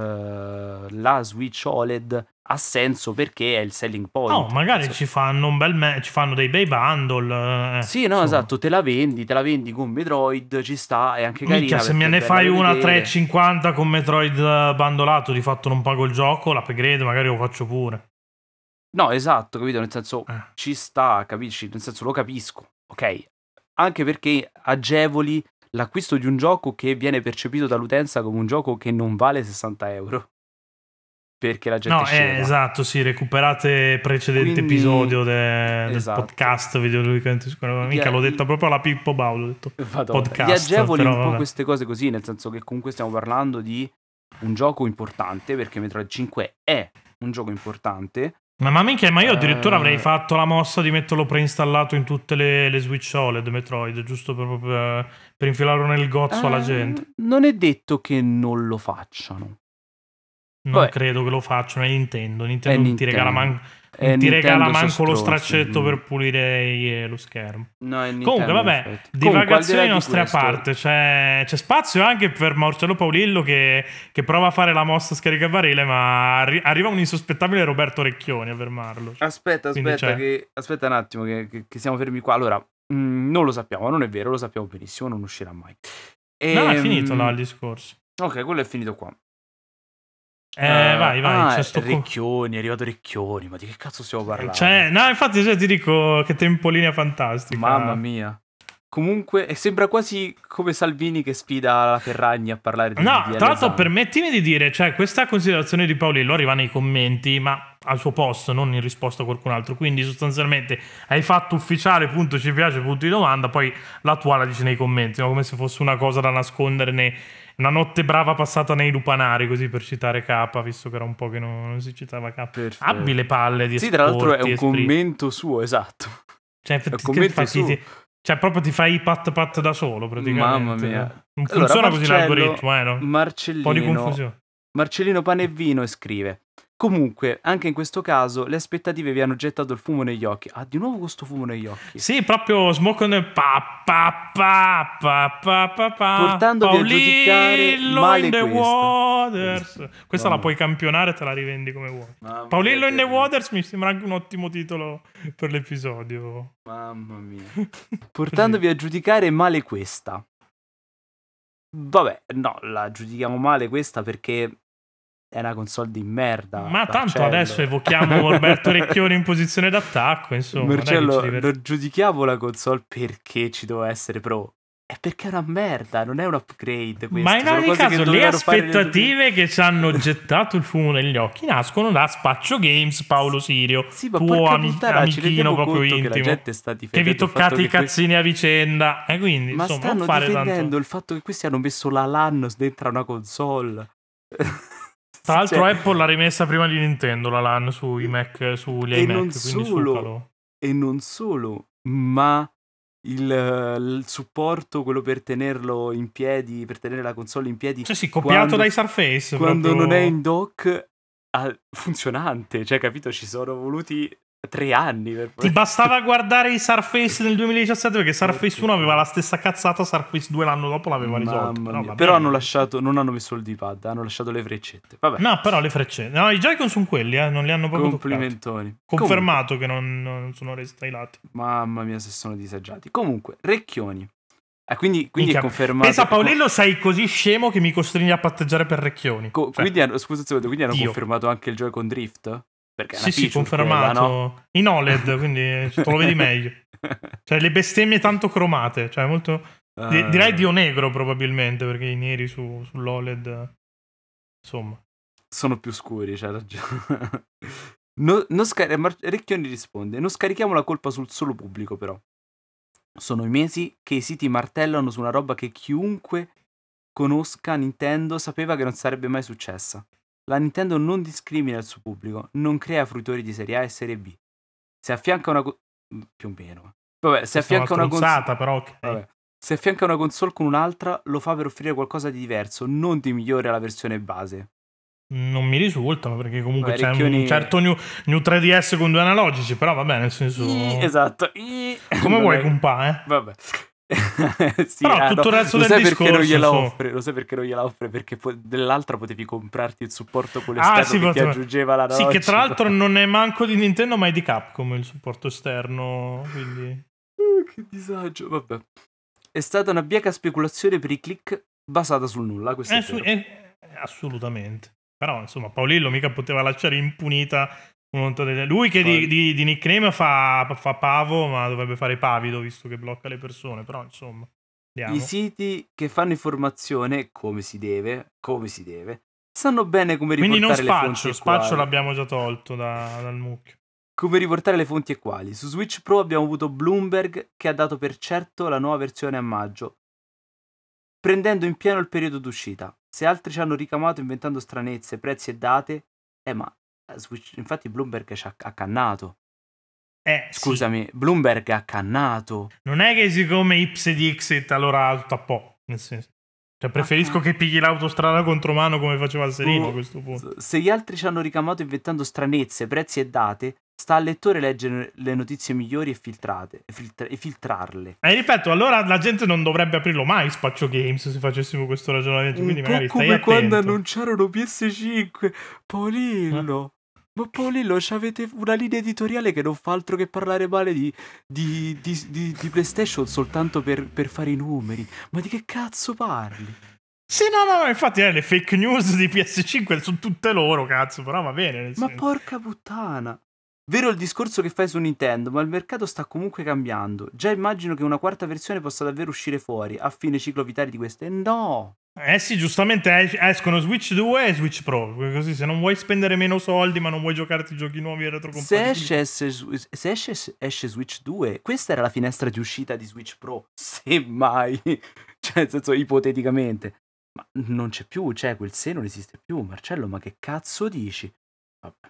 la Switch OLED ha senso perché è il selling point. No, magari ci fanno un bel ci fanno dei bei bundle. Sì, no, insomma. esatto, te la vendi con Metroid, ci sta, è anche carina. Minchia, se me ne fai una 3,50 con Metroid bandolato, di fatto non pago il gioco, la upgrade magari lo faccio pure. No, esatto, capito? Nel senso, ci sta, capisci? Nel senso, lo capisco, ok? Anche perché agevoli l'acquisto di un gioco che viene percepito dall'utenza come un gioco che non vale 60 euro. Perché la gente scema. Esatto, sì, recuperate precedente episodio del podcast videoludicaente. Mica l'ho detto proprio alla Pippo Baudo, ho detto podcast. Gli agevoli un po' queste cose così, nel senso che comunque stiamo parlando di un gioco importante, perché Metroid 5 è un gioco importante. Ma minchia, ma io addirittura avrei fatto la mossa di metterlo preinstallato in tutte le Switch OLED Metroid, giusto per infilarlo nel gozzo alla gente. Non è detto che non lo facciano. Non credo che lo facciano, è Nintendo. Nintendo ti regala manco lo straccetto per pulire lo schermo. No, è Nintendo, comunque, vabbè, divagazioni nostre a parte. C'è spazio anche per Marcello Paolillo che prova a fare la mossa scaricabarile, ma arriva un insospettabile Roberto Recchioni a fermarlo. Aspetta un attimo che siamo fermi qua. Allora, non lo sappiamo, non è vero, lo sappiamo benissimo, non uscirà mai. No, è finito là il discorso. Ok, quello è finito qua. Vai. Recchioni, è arrivato Recchioni, ma di che cazzo stiamo parlando? No, infatti ti dico che tempolinea fantastica. Mamma mia. Comunque, sembra quasi come Salvini che sfida la Ferragni a parlare di No, tra l'altro permettimi di dire, questa considerazione di Paolillo arriva nei commenti, ma al suo posto, non in risposta a qualcun altro. Quindi sostanzialmente hai fatto ufficiale, punto ci piace, punto di domanda, poi la tua la dici nei commenti, no? Come se fosse una cosa da nascondere una notte brava passata nei lupanari, così per citare K, visto che era un po' che non si citava K. Perfetto. Abile palle di Sì, tra l'altro è un commento suo, esatto. È un commento suo. Proprio ti fai i pat da solo, praticamente. Mamma mia. Non funziona così l'algoritmo, no? Marcellino, un po' di confusione. Marcellino Pane e Vino scrive: comunque, anche in questo caso, le aspettative vi hanno gettato il fumo negli occhi. Ah, di nuovo questo fumo negli occhi. Sì, proprio smoke on the portandovi a giudicare male in the waters. Questa la puoi campionare, te la rivendi come vuoi. Paolillo in the waters mi sembra anche un ottimo titolo per l'episodio. Mamma mia. Portandovi a giudicare male questa. Vabbè, no, la giudichiamo male questa perché è una console di merda. Ma tanto adesso evochiamo Roberto Recchioni in posizione d'attacco, insomma. Marcello, non giudichiamo la console perché ci doveva essere Pro. È perché è una merda, non è un upgrade. Ma in ogni caso le aspettative che ci hanno gettato il fumo negli occhi nascono da Spaccio Games Paolo Sirio, sì, ma tuo amichino proprio intimo, che la gente sta che vi toccate i cazzini a vicenda. E quindi, ma insomma, stanno non fare difendendo tanto. il fatto che questi hanno messo la LAN dentro una console. Tra l'altro Apple l'ha rimessa prima di Nintendo la LAN sugli iMac, quindi succalo. E non solo, ma il supporto, quello per tenerlo in piedi, per tenere la console in piedi, sì, copiato dai Surface quando proprio... non è in dock, funzionante, capito? Ci sono voluti 3 anni per Ti bastava guardare i Surface del 2017 perché Surface 1 aveva la stessa cazzata, Surface 2 l'anno dopo l'aveva risolto. Però hanno lasciato, non hanno messo il D-pad, hanno lasciato le freccette. Vabbè. No, però le freccette. No, i Joy-Con sono quelli, non li hanno proprio complimentoni. Toccati. Confermato che non sono restylati. Mamma mia, se sono disagiati. Comunque, Recchioni. Quindi è confermato. Pensa, Paolillo, sei così scemo che mi costringi a patteggiare per Recchioni. Quindi hanno confermato anche il Joy-Con Drift? Perché sì, confermato. Quella, no? In OLED, quindi te lo vedi meglio. Cioè, le bestemmie tanto cromate. Cioè, molto. Direi Dio negro, probabilmente, perché i neri sull'OLED. Insomma. Sono più scuri, c'hai ragione. Recchioni risponde: non scarichiamo la colpa sul solo pubblico, però. Sono i mesi che i siti martellano su una roba che chiunque conosca Nintendo sapeva che non sarebbe mai successa. La Nintendo non discrimina il suo pubblico, non crea fruitori di serie A e serie B. Se affianca una più o meno. Vabbè, se affianca una console, però okay. Vabbè. Se affianca una console con un'altra, lo fa per offrire qualcosa di diverso, non di migliore alla versione base. Non mi risultano, perché comunque c'è un certo New 3DS con 2 analogici, però vabbè, nel senso. Esatto. Come vuoi, compa, Vabbè. Sì, però tutto il resto del discorso perché non gliela offre, lo sai perché non gliela offre? Perché dell'altra potevi comprarti il supporto con l'esterno che ti aggiungeva la Sì, che tra l'altro non è manco di Nintendo ma è di Capcom il supporto esterno, quindi che disagio. Vabbè, è stata una bieca speculazione per i click basata sul nulla, questo assolutamente. Però insomma Paolillo mica poteva lasciare impunita lui che di nickname fa pavo, ma dovrebbe fare pavido visto che blocca le persone, però insomma i siti che fanno informazione come si deve sanno bene come riportare le fonti. Spaccio l'abbiamo già tolto dal mucchio. Come riportare le fonti e quali. Su Switch Pro abbiamo avuto Bloomberg che ha dato per certo la nuova versione a maggio, prendendo in pieno il periodo d'uscita. Se altri ci hanno ricamato inventando stranezze, prezzi e date, ma Switch, infatti Bloomberg ci ha cannato. Scusami, sì. Bloomberg ha cannato. Non è che siccome Ipse Dixit allora tutto a po', nel senso. Cioè preferisco che pigli l'autostrada contromano come faceva il Serino a questo punto. Se gli altri ci hanno ricamato inventando stranezze, prezzi e date, sta al lettore leggere le notizie migliori e filtrarle. E ripeto, allora la gente non dovrebbe aprirlo mai Spaccio Games se facessimo questo ragionamento. Quindi magari stai attento. Come quando annunciarono PS5, Paolillo. Ma Paolillo, c'avete una linea editoriale che non fa altro che parlare male di PlayStation soltanto per fare i numeri. Ma di che cazzo parli? Sì, no, infatti le fake news di PS5 sono tutte loro, cazzo, però va bene. Ma porca puttana. Vero il discorso che fai su Nintendo, ma il mercato sta comunque cambiando. Già immagino che una quarta versione possa davvero uscire fuori a fine ciclo vitale di queste. No! Sì, giustamente escono Switch 2 e Switch Pro, così se non vuoi spendere meno soldi ma non vuoi giocarti giochi nuovi e retrocompatibili. Se esce Switch 2, questa era la finestra di uscita di Switch Pro, semmai, cioè nel senso ipoteticamente. Ma non c'è più, cioè quel se non esiste più, Marcello, ma che cazzo dici? Vabbè.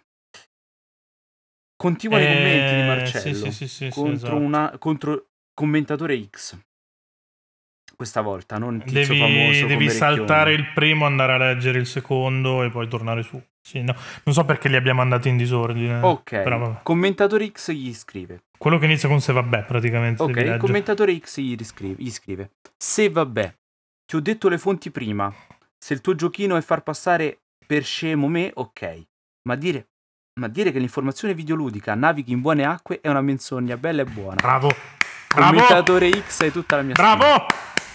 Continua i commenti di Marcello sì, contro, esatto. Contro commentatore X. Questa volta, non tizio famoso. Devi saltare il primo, andare a leggere il secondo e poi tornare su. Sì, no. Non so perché li abbiamo andati in disordine. Ok, però commentatore X gli scrive. Quello che inizia con se vabbè, praticamente. Ok, il commentatore X gli scrive. Se vabbè, ti ho detto le fonti prima. Se il tuo giochino è far passare per scemo me, ok. Ma dire che l'informazione videoludica navighi in buone acque è una menzogna bella e buona. Bravo. Commentatore X è tutta la mia Bravo. stima.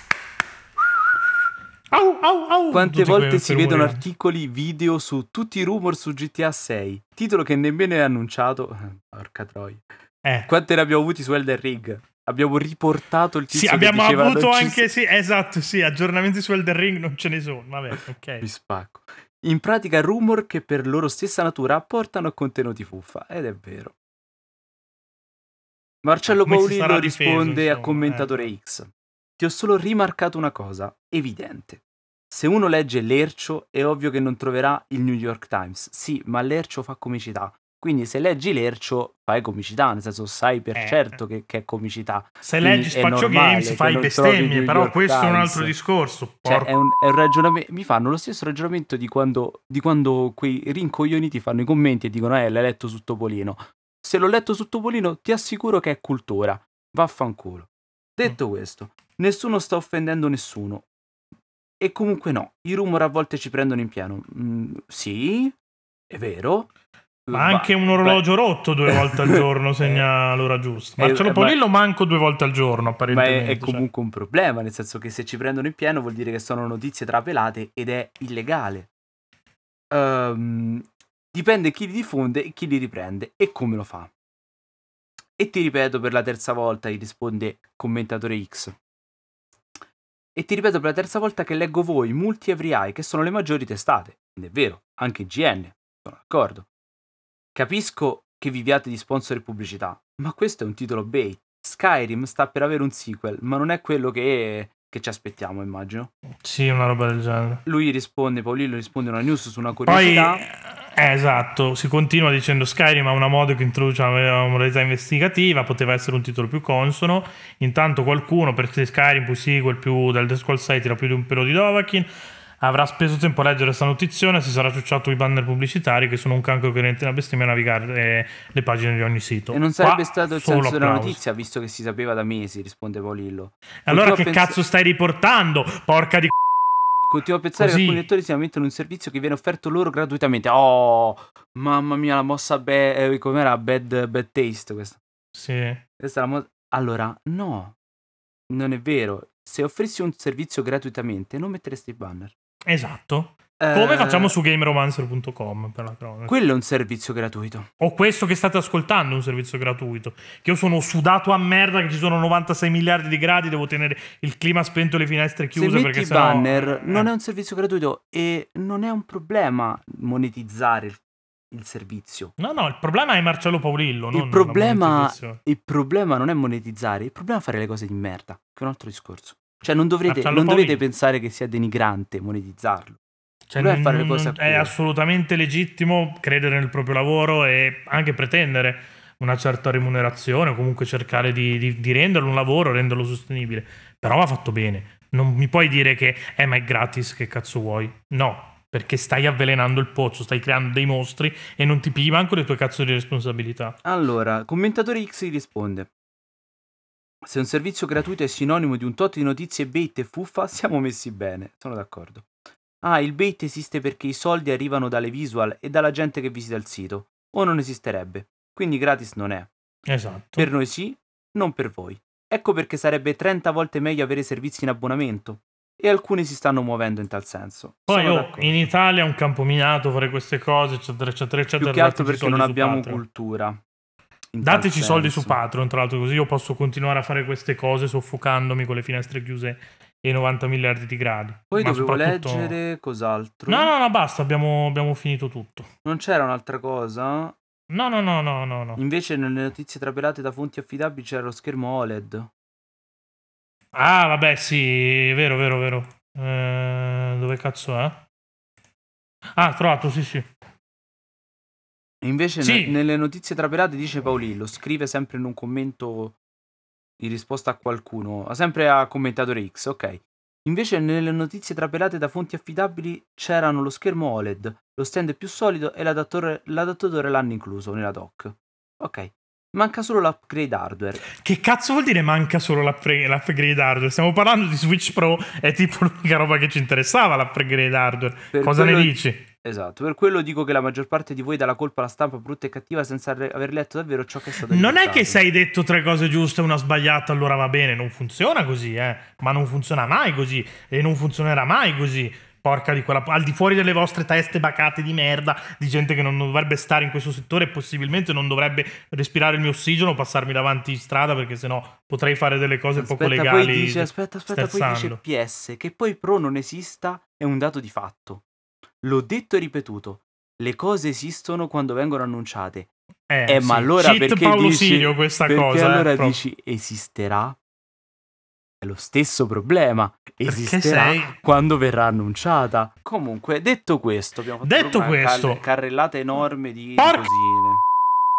Au. Quante volte si vedono articoli video su tutti i rumor su GTA 6, titolo che nemmeno è annunciato. Porca troia. Quante ne abbiamo avuti su Elden Ring? Abbiamo riportato il titolo. Sì, abbiamo avuto anche esatto, aggiornamenti su Elden Ring non ce ne sono. Vabbè, ok. Mi spacco. In pratica rumor che per loro stessa natura portano a contenuti fuffa, ed è vero. Marcello Paolillo risponde a commentatore X. Ti ho solo rimarcato una cosa, evidente. Se uno legge l'Ercio è ovvio che non troverà il New York Times. Sì, ma l'Ercio fa comicità. Quindi se leggi l'Ercio fai comicità, nel senso sai per certo che è comicità. Se leggi Spaccio Games fai bestemmie, però questo Times. È un altro discorso. Cioè, è un ragionamento. Mi fanno lo stesso ragionamento di quando quei rincoglioniti fanno i commenti e dicono l'hai letto su Topolino. Se l'ho letto su Topolino, ti assicuro che è cultura. Vaffanculo. Detto questo, nessuno sta offendendo nessuno. E comunque no, i rumor a volte ci prendono in pieno. Sì, è vero. Ma anche un orologio rotto 2 volte al giorno segna l'ora giusta. Marcello Paolillo manco 2 volte al giorno, apparentemente. Ma è comunque un problema, nel senso che se ci prendono in pieno vuol dire che sono notizie trapelate ed è illegale. Dipende chi li diffonde e chi li riprende e come lo fa. E ti ripeto per la terza volta, gli risponde Commentatore X. E ti ripeto per la terza volta che leggo voi, Multi Every Eye, che sono le maggiori testate. Ed è vero, anche GN, sono d'accordo. Capisco che viviate di sponsor e pubblicità, ma questo è un titolo bait. Skyrim sta per avere un sequel, ma non è quello che ci aspettiamo, immagino. Sì, una roba del genere. Lui risponde, Paolillo risponde una news su una curiosità. Poi, esatto, si continua dicendo Skyrim ha una mod che introduce una modalità investigativa, poteva essere un titolo più consono. Intanto qualcuno, perché Skyrim più sequel più del The Scrolls 6 tira più di un pelo di Dovahkiin, avrà speso tempo a leggere questa notizione, si sarà ciucciato i banner pubblicitari che sono un cancro che rende una bestemmia a navigare le pagine di ogni sito. E non sarebbe stato il senso della notizia, visto che si sapeva da mesi, risponde Paolillo. Allora che cazzo stai riportando, porca di Continuo a pensare che alcuni lettori si mettono un servizio che viene offerto loro gratuitamente. Oh, mamma mia, la mossa com'era? Bad taste questa. Sì. Questa è la allora, no, non è vero. Se offrissi un servizio gratuitamente, non metteresti i banner. Esatto. Come facciamo su gameromancer.com per la cronaca. Quello è un servizio gratuito. O questo che state ascoltando è un servizio gratuito. Che io sono sudato a merda, che ci sono 96 miliardi di gradi, devo tenere il clima spento e le finestre chiuse. Se perché metti banner non è un servizio gratuito e non è un problema monetizzare il servizio. No, il problema è Marcello Paolillo. Il problema non è monetizzare, il problema è fare le cose di merda, che è un altro discorso. Cioè non dovete pensare che sia denigrante monetizzarlo. Cioè, è assolutamente legittimo credere nel proprio lavoro e anche pretendere una certa remunerazione o comunque cercare di renderlo un lavoro, renderlo sostenibile. Però va fatto bene. Non mi puoi dire che ma è gratis, che cazzo vuoi? No, perché stai avvelenando il pozzo, stai creando dei mostri e non ti pigli manco le tue cazzo di responsabilità. Allora, Commentatore X gli risponde: se un servizio gratuito è sinonimo di un tot di notizie bait e fuffa, siamo messi bene. Sono d'accordo. Il bait esiste perché i soldi arrivano dalle visual e dalla gente che visita il sito, o non esisterebbe. Quindi gratis non è. Esatto. Per noi sì, non per voi. Ecco perché sarebbe 30 volte meglio avere servizi in abbonamento. E alcuni si stanno muovendo in tal senso. Poi in Italia è un campo minato fare queste cose, eccetera, eccetera, eccetera. Più che altro perché non abbiamo cultura. Dateci soldi su Patreon, tra l'altro, così io posso continuare a fare queste cose soffocandomi con le finestre chiuse e 90 miliardi di gradi. Poi dovevo leggere cos'altro. No, basta, abbiamo finito tutto. Non c'era un'altra cosa? No. Invece nelle notizie trapelate da fonti affidabili c'era lo schermo OLED. Vabbè, sì, vero. Dove cazzo è? Trovato, sì. Invece nelle notizie trapelate dice Paolillo, scrive sempre in un commento in risposta a qualcuno, sempre a Commentatore X, ok. Invece nelle notizie trapelate da fonti affidabili c'erano lo schermo OLED, lo stand più solido e l'adattatore l'hanno incluso nella doc. Ok. Manca solo l'upgrade hardware. Che cazzo vuol dire manca solo l'upgrade hardware? Stiamo parlando di Switch Pro, è tipo l'unica roba che ci interessava l'upgrade hardware. Cosa ne dici? Esatto, per quello dico che la maggior parte di voi dà la colpa alla stampa brutta e cattiva senza aver letto davvero ciò che è stato Non è che se hai detto 3 cose giuste e una sbagliata allora va bene, non funziona così, ma non funziona mai così e non funzionerà mai così. Porca di quella, al di fuori delle vostre teste bacate di merda, di gente che non dovrebbe stare in questo settore e possibilmente non dovrebbe respirare il mio ossigeno o passarmi davanti in strada, perché sennò potrei fare delle cose poco legali. Poi dice, aspetta, poi dice PS, che poi Pro non esista è un dato di fatto. L'ho detto e ripetuto, le cose esistono quando vengono annunciate. Ma allora perché Paolo dici Sirio questa perché cosa? Allora dici esisterà? È lo stesso problema. Esisterà quando verrà annunciata. Comunque, detto questo, abbiamo fatto una carrellata enorme di cosine.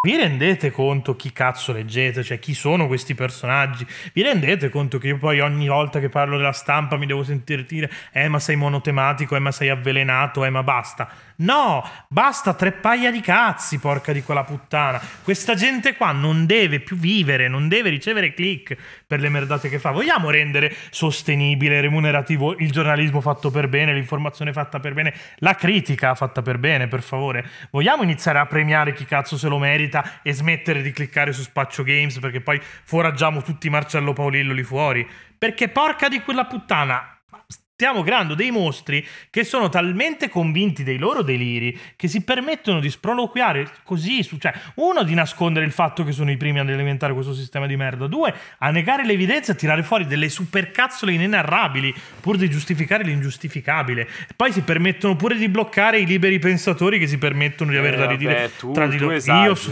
Vi rendete conto chi cazzo leggete? Cioè, chi sono questi personaggi? Vi rendete conto che io poi ogni volta che parlo della stampa mi devo sentire dire ma sei monotematico, ma sei avvelenato, ma basta. No, basta 3 paia di cazzi, porca di quella puttana. Questa gente qua non deve più vivere, non deve ricevere click per le merdate che fa. Vogliamo rendere sostenibile, remunerativo il giornalismo fatto per bene, l'informazione fatta per bene, la critica fatta per bene, per favore? Vogliamo iniziare a premiare chi cazzo se lo merita e smettere di cliccare su Spaccio Games, perché poi foraggiamo tutti Marcello Paolillo lì fuori? Perché porca di quella puttana, stiamo creando dei mostri che sono talmente convinti dei loro deliri che si permettono di sproloquiare così, cioè, uno, di nascondere il fatto che sono i primi ad alimentare questo sistema di merda, 2, a negare l'evidenza e a tirare fuori delle supercazzole inenarrabili pur di giustificare l'ingiustificabile. Poi si permettono pure di bloccare i liberi pensatori che si permettono di avere da ridire tra di loro.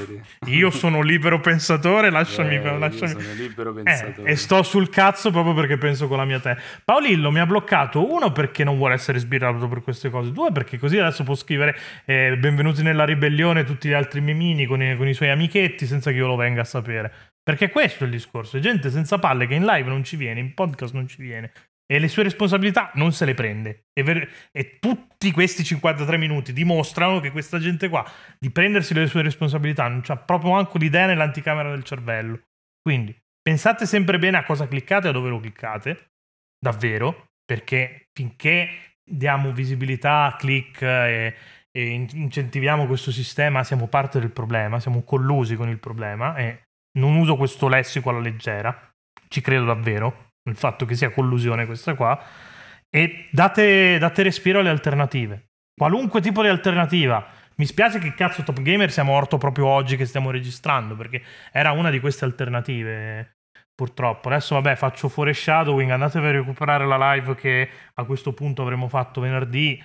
Io sono libero pensatore, lasciami. Io sono libero pensatore. E sto sul cazzo proprio perché penso con la mia te. Paolillo mi ha bloccato, uno perché non vuole essere sbirrato per queste cose, 2 perché così adesso può scrivere benvenuti nella ribellione tutti gli altri memini con i suoi amichetti senza che io lo venga a sapere. Perché questo è il discorso, è gente senza palle che in live non ci viene, in podcast non ci viene e le sue responsabilità non se le prende. E tutti questi 53 minuti dimostrano che questa gente qua di prendersi le sue responsabilità non c'ha proprio manco l'idea nell'anticamera del cervello. Quindi pensate sempre bene a cosa cliccate e a dove lo cliccate, davvero, perché finché diamo visibilità, click e incentiviamo questo sistema siamo parte del problema, siamo collusi con il problema e non uso questo lessico alla leggera, ci credo davvero nel fatto che sia collusione questa qua, e date respiro alle alternative, qualunque tipo di alternativa. Mi spiace che cazzo Top Gamer sia morto proprio oggi che stiamo registrando, perché era una di queste alternative. Purtroppo. Adesso vabbè faccio fuori Shadowing, andatevi a recuperare la live che a questo punto avremmo fatto venerdì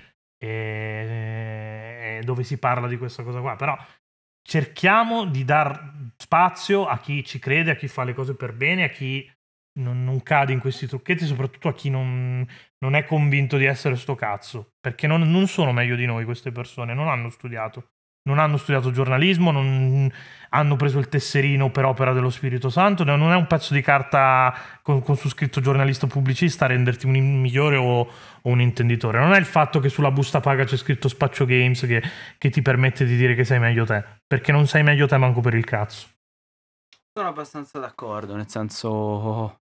dove si parla di questa cosa qua. Però cerchiamo di dar spazio a chi ci crede, a chi fa le cose per bene, a chi non cade in questi trucchetti, soprattutto a chi non è convinto di essere sto cazzo, perché non sono meglio di noi queste persone, non hanno studiato giornalismo, non hanno preso il tesserino per opera dello Spirito Santo, non è un pezzo di carta con su scritto giornalista pubblicista a renderti un migliore o un intenditore, non è il fatto che sulla busta paga c'è scritto Spaccio Games che ti permette di dire che sei meglio te, perché non sei meglio te manco per il cazzo. Sono abbastanza d'accordo, nel senso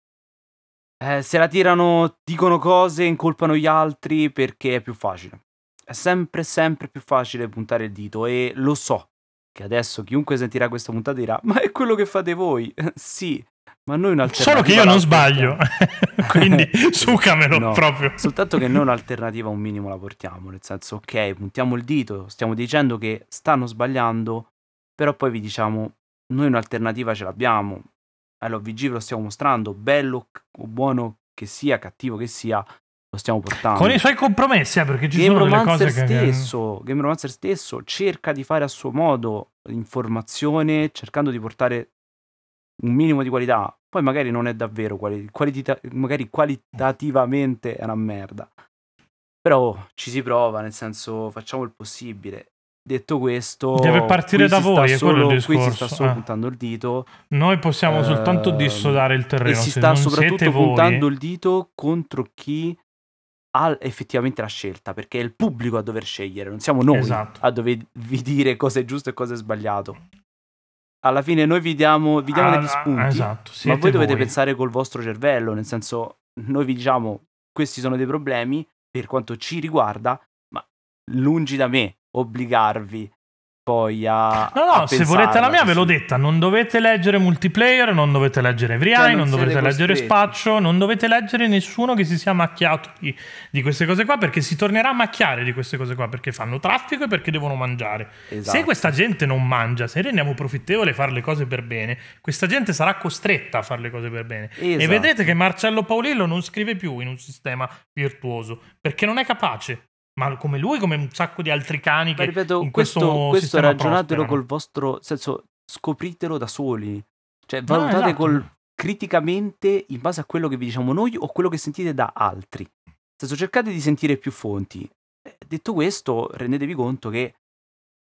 se la tirano, dicono cose, incolpano gli altri perché è più facile. È sempre più facile puntare il dito e lo so che adesso chiunque sentirà questa puntata dirà ma è quello che fate voi. Sì, ma noi un'alternativa. Solo che io non sbaglio, quindi sucamelo no, proprio. Soltanto che noi un'alternativa un minimo la portiamo, nel senso ok, puntiamo il dito, stiamo dicendo che stanno sbagliando, però poi vi diciamo noi un'alternativa ce l'abbiamo. All'OVG ve lo stiamo mostrando, bello o buono che sia, cattivo che sia, lo stiamo portando con i suoi compromessi, perché ci Game sono delle Romancer cose Game Romancer stesso cerca di fare a suo modo informazione, cercando di portare un minimo di qualità. Poi magari non è davvero magari qualitativamente è una merda, però ci si prova, nel senso facciamo il possibile. Detto questo, deve partire da voi, è quello il discorso. Qui si sta solo puntando il dito. Noi possiamo soltanto dissodare il terreno. E si sta soprattutto puntando il dito contro chi ha effettivamente la scelta, perché è il pubblico a dover scegliere, non siamo noi a dovervi dire cosa è giusto e cosa è sbagliato. Alla fine noi vi diamo degli spunti, ma voi dovete pensare col vostro cervello, nel senso noi vi diciamo questi sono dei problemi per quanto ci riguarda, ma lungi da me obbligarvi poi a se volete la mia ve l'ho detta, non dovete leggere multiplayer, non dovete leggere Every Eye, non dovete leggere Spaccio, non dovete leggere nessuno che si sia macchiato di queste cose qua, perché si tornerà a macchiare di queste cose qua, perché fanno traffico e perché devono mangiare. Se questa gente non mangia, se rendiamo profittevole fare le cose per bene, questa gente sarà costretta a fare le cose per bene. E vedrete che Marcello Paolillo non scrive più in un sistema virtuoso, perché non è capace. Ma come lui, come un sacco di altri cani che ripeto, in questo ragionatelo col vostro senso, scopritelo da soli, cioè valutate criticamente in base a quello che vi diciamo noi o quello che sentite da altri, nel senso cercate di sentire più fonti. Detto questo, rendetevi conto che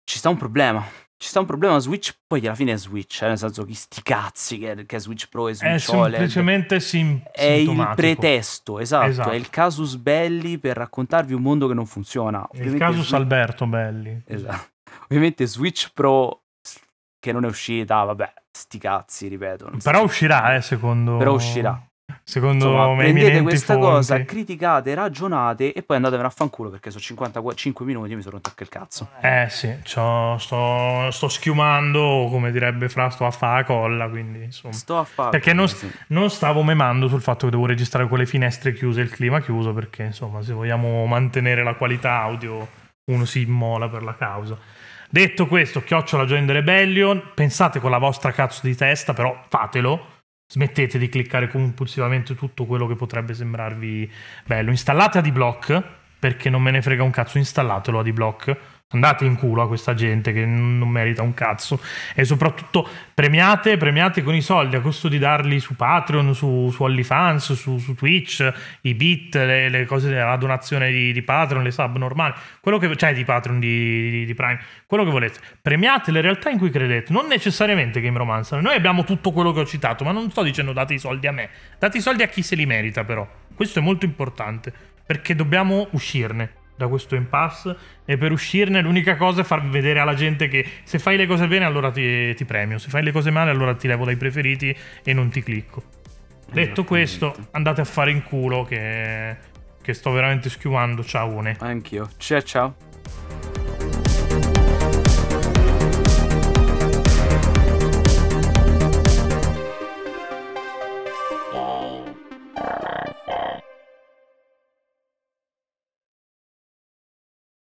ci sta un problema. Ci sta un problema Switch, poi alla fine è Switch, nel senso chi sti cazzi che è Switch Pro e Switch OLED. È semplicemente è il pretesto, esatto, è il casus belli per raccontarvi un mondo che non funziona. Il casus Alberto Belli. Esatto. Ovviamente Switch Pro che non è uscita, vabbè, sti cazzi, ripeto. Però uscirà, secondo... Però uscirà. Secondo insomma, prendete questa fonti. cosa, criticate, ragionate e poi andatevene a fanculo perché sono 55 minuti e mi sono rotto anche il cazzo. Sì, sto schiumando, come direbbe Fra, sto a fa la colla, quindi insomma. Sto a fare perché non stavo memando sul fatto che devo registrare con le finestre chiuse e il clima chiuso, perché insomma se vogliamo mantenere la qualità audio uno si immola per la causa. Detto questo, @ Join the Rebellion, pensate con la vostra cazzo di testa, però fatelo. Smettete di cliccare compulsivamente tutto quello che potrebbe sembrarvi bello. Installate AdBlock, perché non me ne frega un cazzo, installatelo AdBlock. Andate in culo a questa gente che non merita un cazzo. E soprattutto premiate con i soldi, a costo di darli su Patreon, su OnlyFans, su Twitch, i bit, le cose, la donazione di Patreon, le sub normali, quello che, cioè di Patreon, di Prime, quello che volete. Premiate le realtà in cui credete, non necessariamente Game Romancer. Noi abbiamo tutto quello che ho citato, ma non sto dicendo date i soldi a me, date i soldi a chi se li merita però. Questo è molto importante, perché dobbiamo uscirne da questo impasse, e per uscirne l'unica cosa è far vedere alla gente che se fai le cose bene allora ti premio, se fai le cose male allora ti levo dai preferiti e non ti clicco. Detto questo, andate a fare in culo che sto veramente schiumando. Ciao. Anch'io. Ciao.